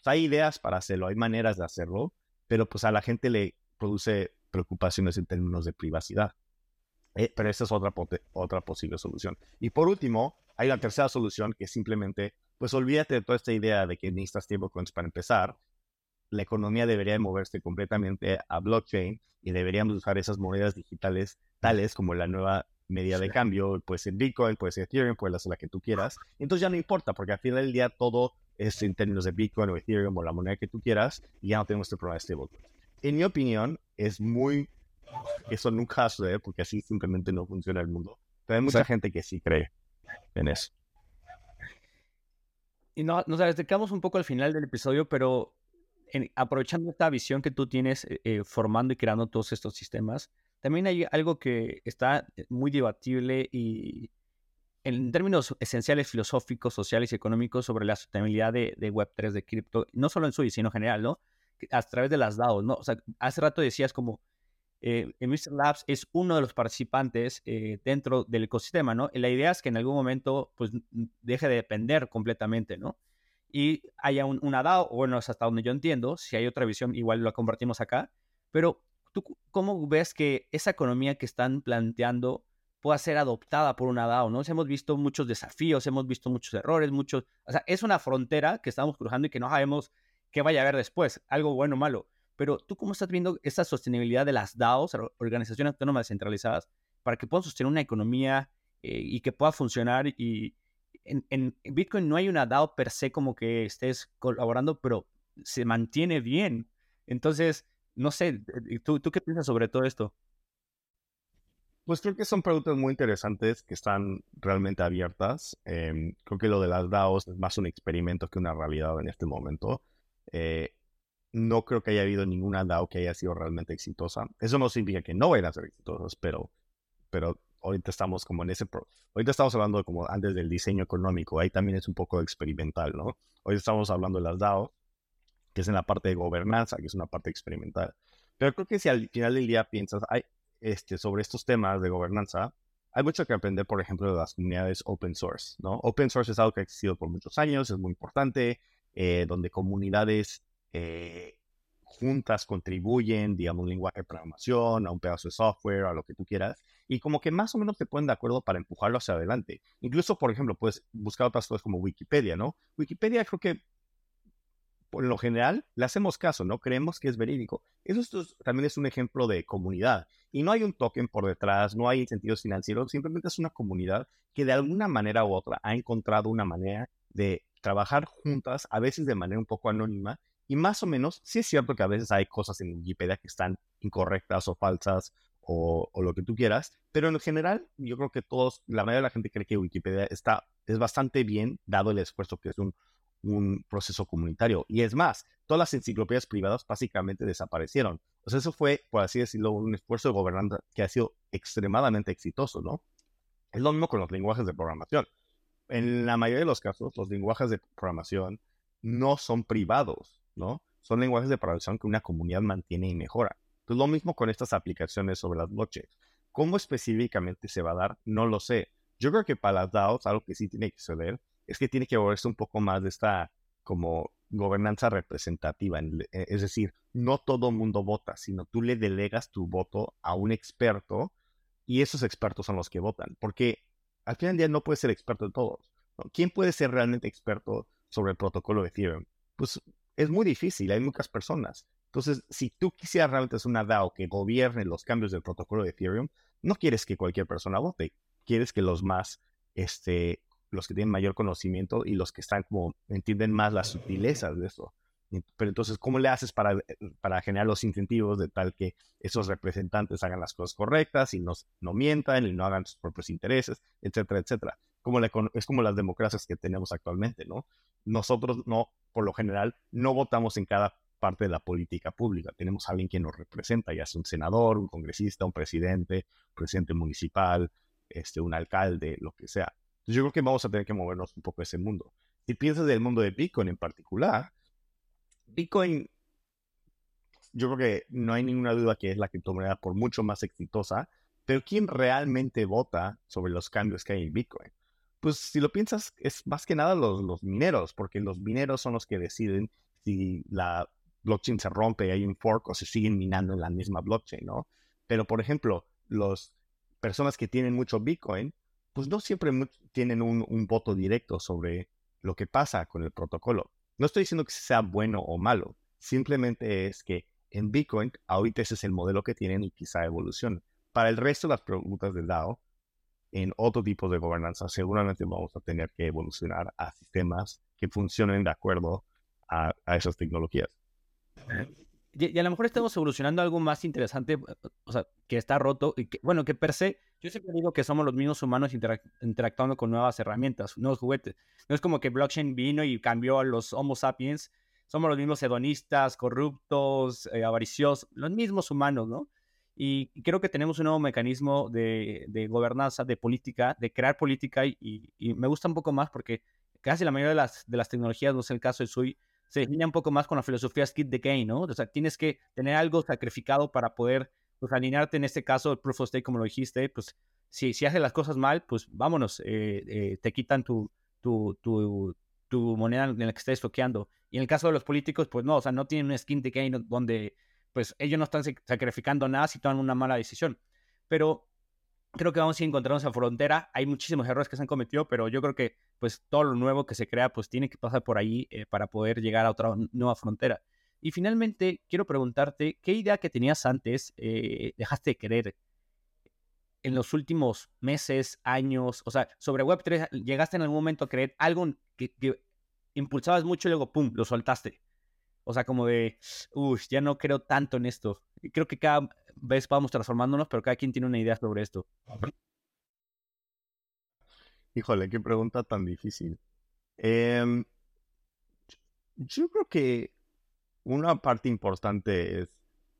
sea, hay ideas para hacerlo, hay maneras de hacerlo, pero pues a la gente le produce preocupaciones en términos de privacidad. Eh, pero esa es otra, otra posible solución. Y por último, hay la tercera solución, que es simplemente, pues olvídate de toda esta idea de que necesitas stablecoins para empezar. La economía debería moverse completamente a blockchain y deberíamos usar esas monedas digitales tales como la nueva medida de cambio. Puede ser Bitcoin, puede ser Ethereum, puede ser la que tú quieras. Entonces ya no importa, porque al final del día todo es en términos de Bitcoin o Ethereum o la moneda que tú quieras, y ya no tenemos este problema de stablecoins. En mi opinión, es muy... Eso nunca va a suceder porque así simplemente no funciona el mundo. Pero hay mucha sí. gente que sí cree en eso. Y no, nos acercamos un poco al final del episodio, pero en, aprovechando esta visión que tú tienes eh, formando y creando todos estos sistemas, también hay algo que está muy debatible y en términos esenciales filosóficos, sociales y económicos sobre la sostenibilidad de, de web tres, de cripto, no solo en Sui, sino en general, ¿no? A través de las DAOs, ¿no? O sea, hace rato decías como eh, mister Labs es uno de los participantes eh, dentro del ecosistema, ¿no? Y la idea es que en algún momento, pues, deje de depender completamente, ¿no? Y haya un, una DAO, bueno, es hasta donde yo entiendo, si hay otra visión, igual la compartimos acá, pero ¿tú cómo ves que esa economía que están planteando pueda ser adoptada por una DAO, ¿no? Hemos visto muchos desafíos, hemos visto muchos errores, muchos... O sea, es una frontera que estamos cruzando y que no sabemos qué vaya a haber después, algo bueno o malo. Pero ¿tú cómo estás viendo esta sostenibilidad de las DAOs, organizaciones autónomas descentralizadas, para que puedan sostener una economía eh, y que pueda funcionar? Y en, en Bitcoin no hay una DAO per se como que estés colaborando, pero se mantiene bien. Entonces, no sé, ¿tú, tú qué piensas sobre todo esto? Pues creo que son preguntas muy interesantes que están realmente abiertas. Eh, creo que lo de las DAOs es más un experimento que una realidad en este momento. Eh, no creo que haya habido ninguna DAO que haya sido realmente exitosa. Eso no significa que no vayan a ser exitosas, pero, pero ahorita estamos como en ese... Pro ahorita estamos hablando como antes del diseño económico. Ahí también es un poco experimental, ¿no? Hoy estamos hablando de las DAOs, que es en la parte de gobernanza, que es una parte experimental. Pero creo que si al final del día piensas hay, este, sobre estos temas de gobernanza, hay mucho que aprender, por ejemplo, de las comunidades open source, ¿no? Open source es algo que ha existido por muchos años, es muy importante, eh, donde comunidades eh, juntas contribuyen, digamos, un lenguaje de programación, a un pedazo de software, a lo que tú quieras, y como que más o menos te ponen de acuerdo para empujarlo hacia adelante. Incluso, por ejemplo, puedes buscar otras cosas como Wikipedia, ¿no? Wikipedia creo que por lo general, le hacemos caso, ¿no? Creemos que es verídico. Eso, esto es, también es un ejemplo de comunidad. Y no hay un token por detrás, no hay incentivos financieros, simplemente es una comunidad que de alguna manera u otra ha encontrado una manera de trabajar juntas, a veces de manera un poco anónima, y más o menos, sí es cierto que a veces hay cosas en Wikipedia que están incorrectas o falsas, o, o lo que tú quieras, pero en general, yo creo que todos, la mayoría de la gente cree que Wikipedia está, es bastante bien, dado el esfuerzo que es un un proceso comunitario. Y es más, todas las enciclopedias privadas básicamente desaparecieron. O sea, eso fue, por así decirlo, un esfuerzo de gobernanza que ha sido extremadamente exitoso, ¿no? Es lo mismo con los lenguajes de programación. En la mayoría de los casos, los lenguajes de programación no son privados, ¿no? Son lenguajes de programación que una comunidad mantiene y mejora. Entonces, lo mismo con estas aplicaciones sobre las blockchains. ¿Cómo específicamente se va a dar? No lo sé. Yo creo que para las DAOs, algo que sí tiene que suceder, es que tiene que volverse un poco más de esta como gobernanza representativa. Es decir, no todo mundo vota, sino tú le delegas tu voto a un experto y esos expertos son los que votan. Porque al final del día no puedes ser experto en todos, ¿no? ¿Quién puede ser realmente experto sobre el protocolo de Ethereum? Pues es muy difícil, hay muchas personas. Entonces, si tú quisieras realmente hacer una DAO que gobierne los cambios del protocolo de Ethereum, no quieres que cualquier persona vote, quieres que los más, este, los que tienen mayor conocimiento y los que están como, entienden más las sutilezas de eso. Pero entonces, ¿cómo le haces para, para generar los incentivos de tal que esos representantes hagan las cosas correctas y no, no mientan y no hagan sus propios intereses, etcétera, etcétera? Como la, es como las democracias que tenemos actualmente, ¿no? Nosotros no, por lo general, no votamos en cada parte de la política pública. Tenemos a alguien que nos representa, ya sea un senador, un congresista, un presidente, un presidente municipal, este, un alcalde, lo que sea. Entonces yo creo que vamos a tener que movernos un poco de ese mundo. Si piensas del mundo de Bitcoin en particular, Bitcoin, yo creo que no hay ninguna duda que es la criptomoneda por mucho más exitosa, pero ¿quién realmente vota sobre los cambios que hay en Bitcoin? Pues si lo piensas, es más que nada los, los mineros, porque los mineros son los que deciden si la blockchain se rompe, hay un fork o se siguen minando en la misma blockchain, ¿no? Pero, por ejemplo, las personas que tienen mucho Bitcoin, pues no siempre mu- tienen un, un voto directo sobre lo que pasa con el protocolo. No estoy diciendo que sea bueno o malo, simplemente es que en Bitcoin ahorita ese es el modelo que tienen y quizá evolucione. Para el resto de las preguntas del DAO, en otro tipo de gobernanza, seguramente vamos a tener que evolucionar a sistemas que funcionen de acuerdo a, a esas tecnologías. Y, y a lo mejor estamos evolucionando a algo más interesante, o sea, que está roto y que, bueno, que per se, yo siempre digo que somos los mismos humanos interac- interactuando con nuevas herramientas, nuevos juguetes. No es como que blockchain vino y cambió a los Homo sapiens. Somos los mismos hedonistas, corruptos, eh, avariciosos, los mismos humanos, ¿no? Y, y creo que tenemos un nuevo mecanismo de, de gobernanza, de política, de crear política y, y, y me gusta un poco más porque casi la mayoría de las, de las tecnologías, no es el caso de Sui, se delinea un poco más con la filosofía Skip the Game, ¿no? O sea, tienes que tener algo sacrificado para poder, pues, alinearte en este caso, el Proof of Stake, como lo dijiste, pues, si, si haces las cosas mal, pues, vámonos, eh, eh, te quitan tu, tu, tu, tu moneda en la que estés toqueando. Y en el caso de los políticos, pues, no, o sea, no tienen un Skip the Game donde, pues, ellos no están sacrificando nada si toman una mala decisión. Pero creo que vamos a ir encontrando esa frontera. Hay muchísimos errores que se han cometido, pero yo creo que pues todo lo nuevo que se crea pues tiene que pasar por ahí eh, para poder llegar a otra nueva frontera. Y finalmente quiero preguntarte, ¿qué idea que tenías antes eh, dejaste de querer en los últimos meses, años? O sea, sobre web tres, ¿llegaste en algún momento a creer algo que, que impulsabas mucho y luego, pum, lo soltaste? O sea, como de, uy, ya no creo tanto en esto. Y creo que cada vez vamos transformándonos, pero cada quien tiene una idea sobre esto. Híjole, qué pregunta tan difícil. Em, yo creo que una parte importante es,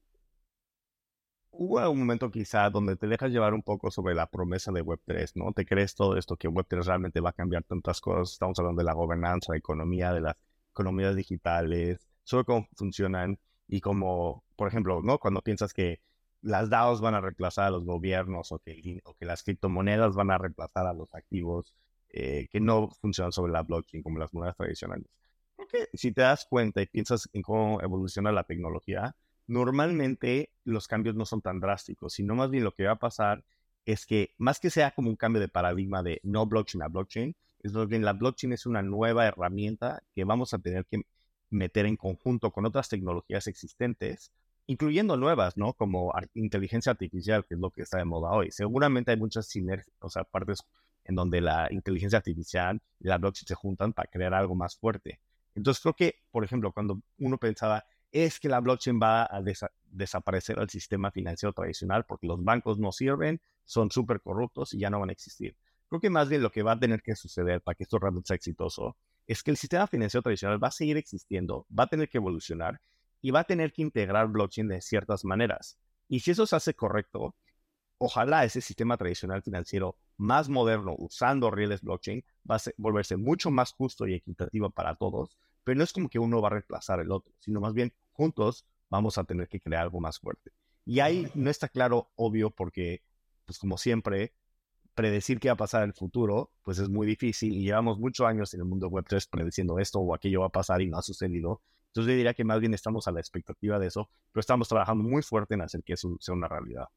hubo un momento quizá donde te dejas llevar un poco sobre la promesa de web tres, ¿no? Te crees todo esto que web tres realmente va a cambiar tantas cosas. Estamos hablando de la gobernanza, la economía, de las economías digitales, sobre cómo funcionan y como, por ejemplo, ¿no? Cuando piensas que las DAOs van a reemplazar a los gobiernos o que, o que las criptomonedas van a reemplazar a los activos eh, que no funcionan sobre la blockchain como las monedas tradicionales. Creo que si te das cuenta y piensas en cómo evoluciona la tecnología, normalmente los cambios no son tan drásticos, sino más bien lo que va a pasar es que más que sea como un cambio de paradigma de no blockchain a blockchain, es más bien la blockchain es una nueva herramienta que vamos a tener que meter en conjunto con otras tecnologías existentes, incluyendo nuevas, ¿no? Como inteligencia artificial, que es lo que está de moda hoy. Seguramente hay muchas sinergias, o sea, partes en donde la inteligencia artificial y la blockchain se juntan para crear algo más fuerte. Entonces creo que, por ejemplo, cuando uno pensaba, es que la blockchain va a desa desaparecer el sistema financiero tradicional porque los bancos no sirven, son súper corruptos y ya no van a existir. Creo que más bien lo que va a tener que suceder para que esto realmente sea exitoso es que el sistema financiero tradicional va a seguir existiendo, va a tener que evolucionar y va a tener que integrar blockchain de ciertas maneras. Y si eso se hace correcto, ojalá ese sistema tradicional financiero más moderno, usando rieles blockchain, va a ser, volverse mucho más justo y equitativo para todos, pero no es como que uno va a reemplazar el otro, sino más bien juntos vamos a tener que crear algo más fuerte. Y ahí no está claro, obvio, porque, pues como siempre, predecir qué va a pasar en el futuro, pues es muy difícil y llevamos muchos años en el mundo web tres prediciendo esto o aquello va a pasar y no ha sucedido. Entonces yo diría que más bien estamos a la expectativa de eso, pero estamos trabajando muy fuerte en hacer que eso sea una realidad.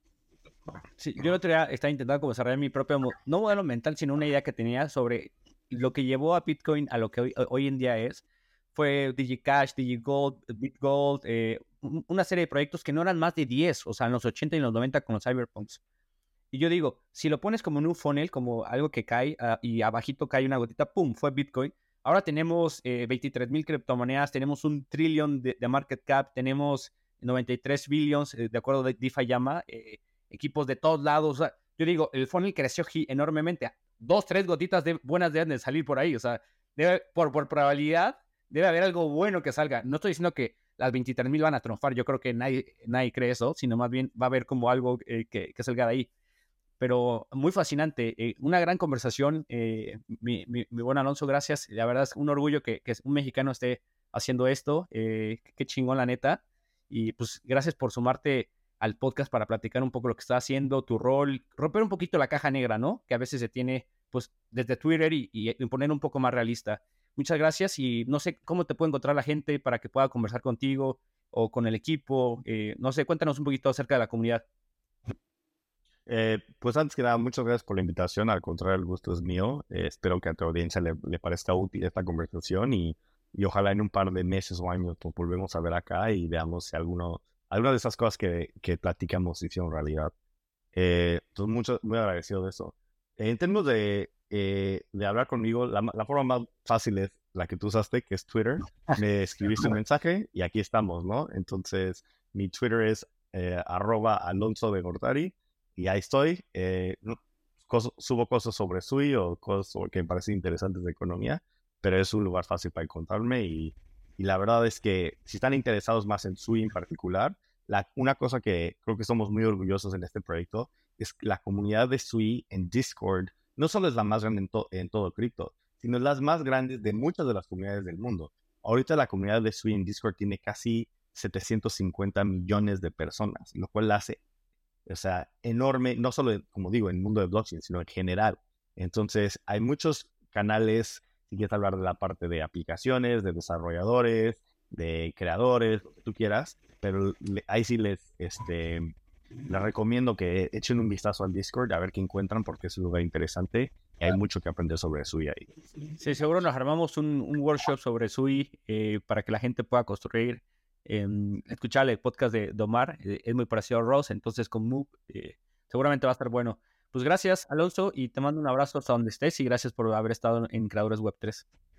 Sí, yo el otro día estaba intentando como desarrollar mi propio, mo- no modelo mental, sino una idea que tenía sobre lo que llevó a Bitcoin a lo que hoy, hoy en día es. Fue DigiCash, DigiGold, BitGold, eh, un- una serie de proyectos que no eran más de diez, o sea, en los ochenta y en los noventa con los cyberpunks. Y yo digo, si lo pones como en un funnel, como algo que cae uh, y abajito cae una gotita, ¡pum!, fue Bitcoin. Ahora tenemos eh, veintitrés mil criptomonedas, tenemos un trillón de, de market cap, tenemos noventa y tres billions, eh, de acuerdo de DeFi llama, eh, equipos de todos lados. O sea, yo digo, el funnel creció enormemente. Dos, tres gotitas de buenas deben de salir por ahí. O sea, debe, por, por probabilidad, debe haber algo bueno que salga. No estoy diciendo que las veintitrés mil van a triunfar. Yo creo que nadie, nadie cree eso, sino más bien va a haber como algo eh, que, que salga de ahí. Pero muy fascinante, eh, una gran conversación, eh, mi, mi, mi buen Alonso, gracias, la verdad es un orgullo que, que un mexicano esté haciendo esto, eh, qué chingón la neta, y pues gracias por sumarte al podcast para platicar un poco lo que estás haciendo, tu rol, romper un poquito la caja negra, ¿no? Que a veces se tiene, pues, desde Twitter y, y poner un poco más realista. muchas gracias y no sé cómo te puede encontrar la gente para que pueda conversar contigo o con el equipo. Eh, no sé, cuéntanos un poquito acerca de la comunidad. Eh, pues antes que nada, muchas gracias por la invitación. Al contrario, el gusto es mío. Eh, espero que a tu audiencia le, le parezca útil esta conversación y, y ojalá en un par de meses o años nos volvemos a ver acá y veamos si alguno, alguna de esas cosas que, que platicamos se hicieron realidad. Eh, entonces, mucho, muy agradecido de eso. En términos de, eh, de hablar conmigo, la, la forma más fácil es la que tú usaste, que es Twitter. Me escribiste un mensaje y aquí estamos, ¿no? Entonces, mi Twitter es eh, arroba Alonso de Gortari. Y ahí estoy, eh, cos- subo cosas sobre S U I o cosas sobre que me parecen interesantes de economía, pero es un lugar fácil para encontrarme y, y la verdad es que si están interesados más en S U I en particular, la, una cosa que creo que somos muy orgullosos en este proyecto es que la comunidad de S U I en Discord no solo es la más grande en, to- en todo cripto, sino es la más grande de muchas de las comunidades del mundo. Ahorita la comunidad de S U I en Discord tiene casi setecientos cincuenta millones de personas, lo cual la hace, o sea, enorme, no solo, como digo, en el mundo de blockchain, sino en general. Entonces, hay muchos canales, si quieres hablar de la parte de aplicaciones, de desarrolladores, de creadores, lo que tú quieras, pero le, ahí sí les, este, les recomiendo que echen un vistazo al Discord a ver qué encuentran, porque es un lugar interesante y hay mucho que aprender sobre S U I ahí. Sí, seguro nos armamos un, un workshop sobre S U I eh, para que la gente pueda construir. Eh, escuchar el podcast de Omar, eh, es muy parecido a Ross, entonces con Move eh, seguramente va a estar bueno. Pues gracias, Alonso, y te mando un abrazo hasta donde estés y gracias por haber estado en Creadores Web tres.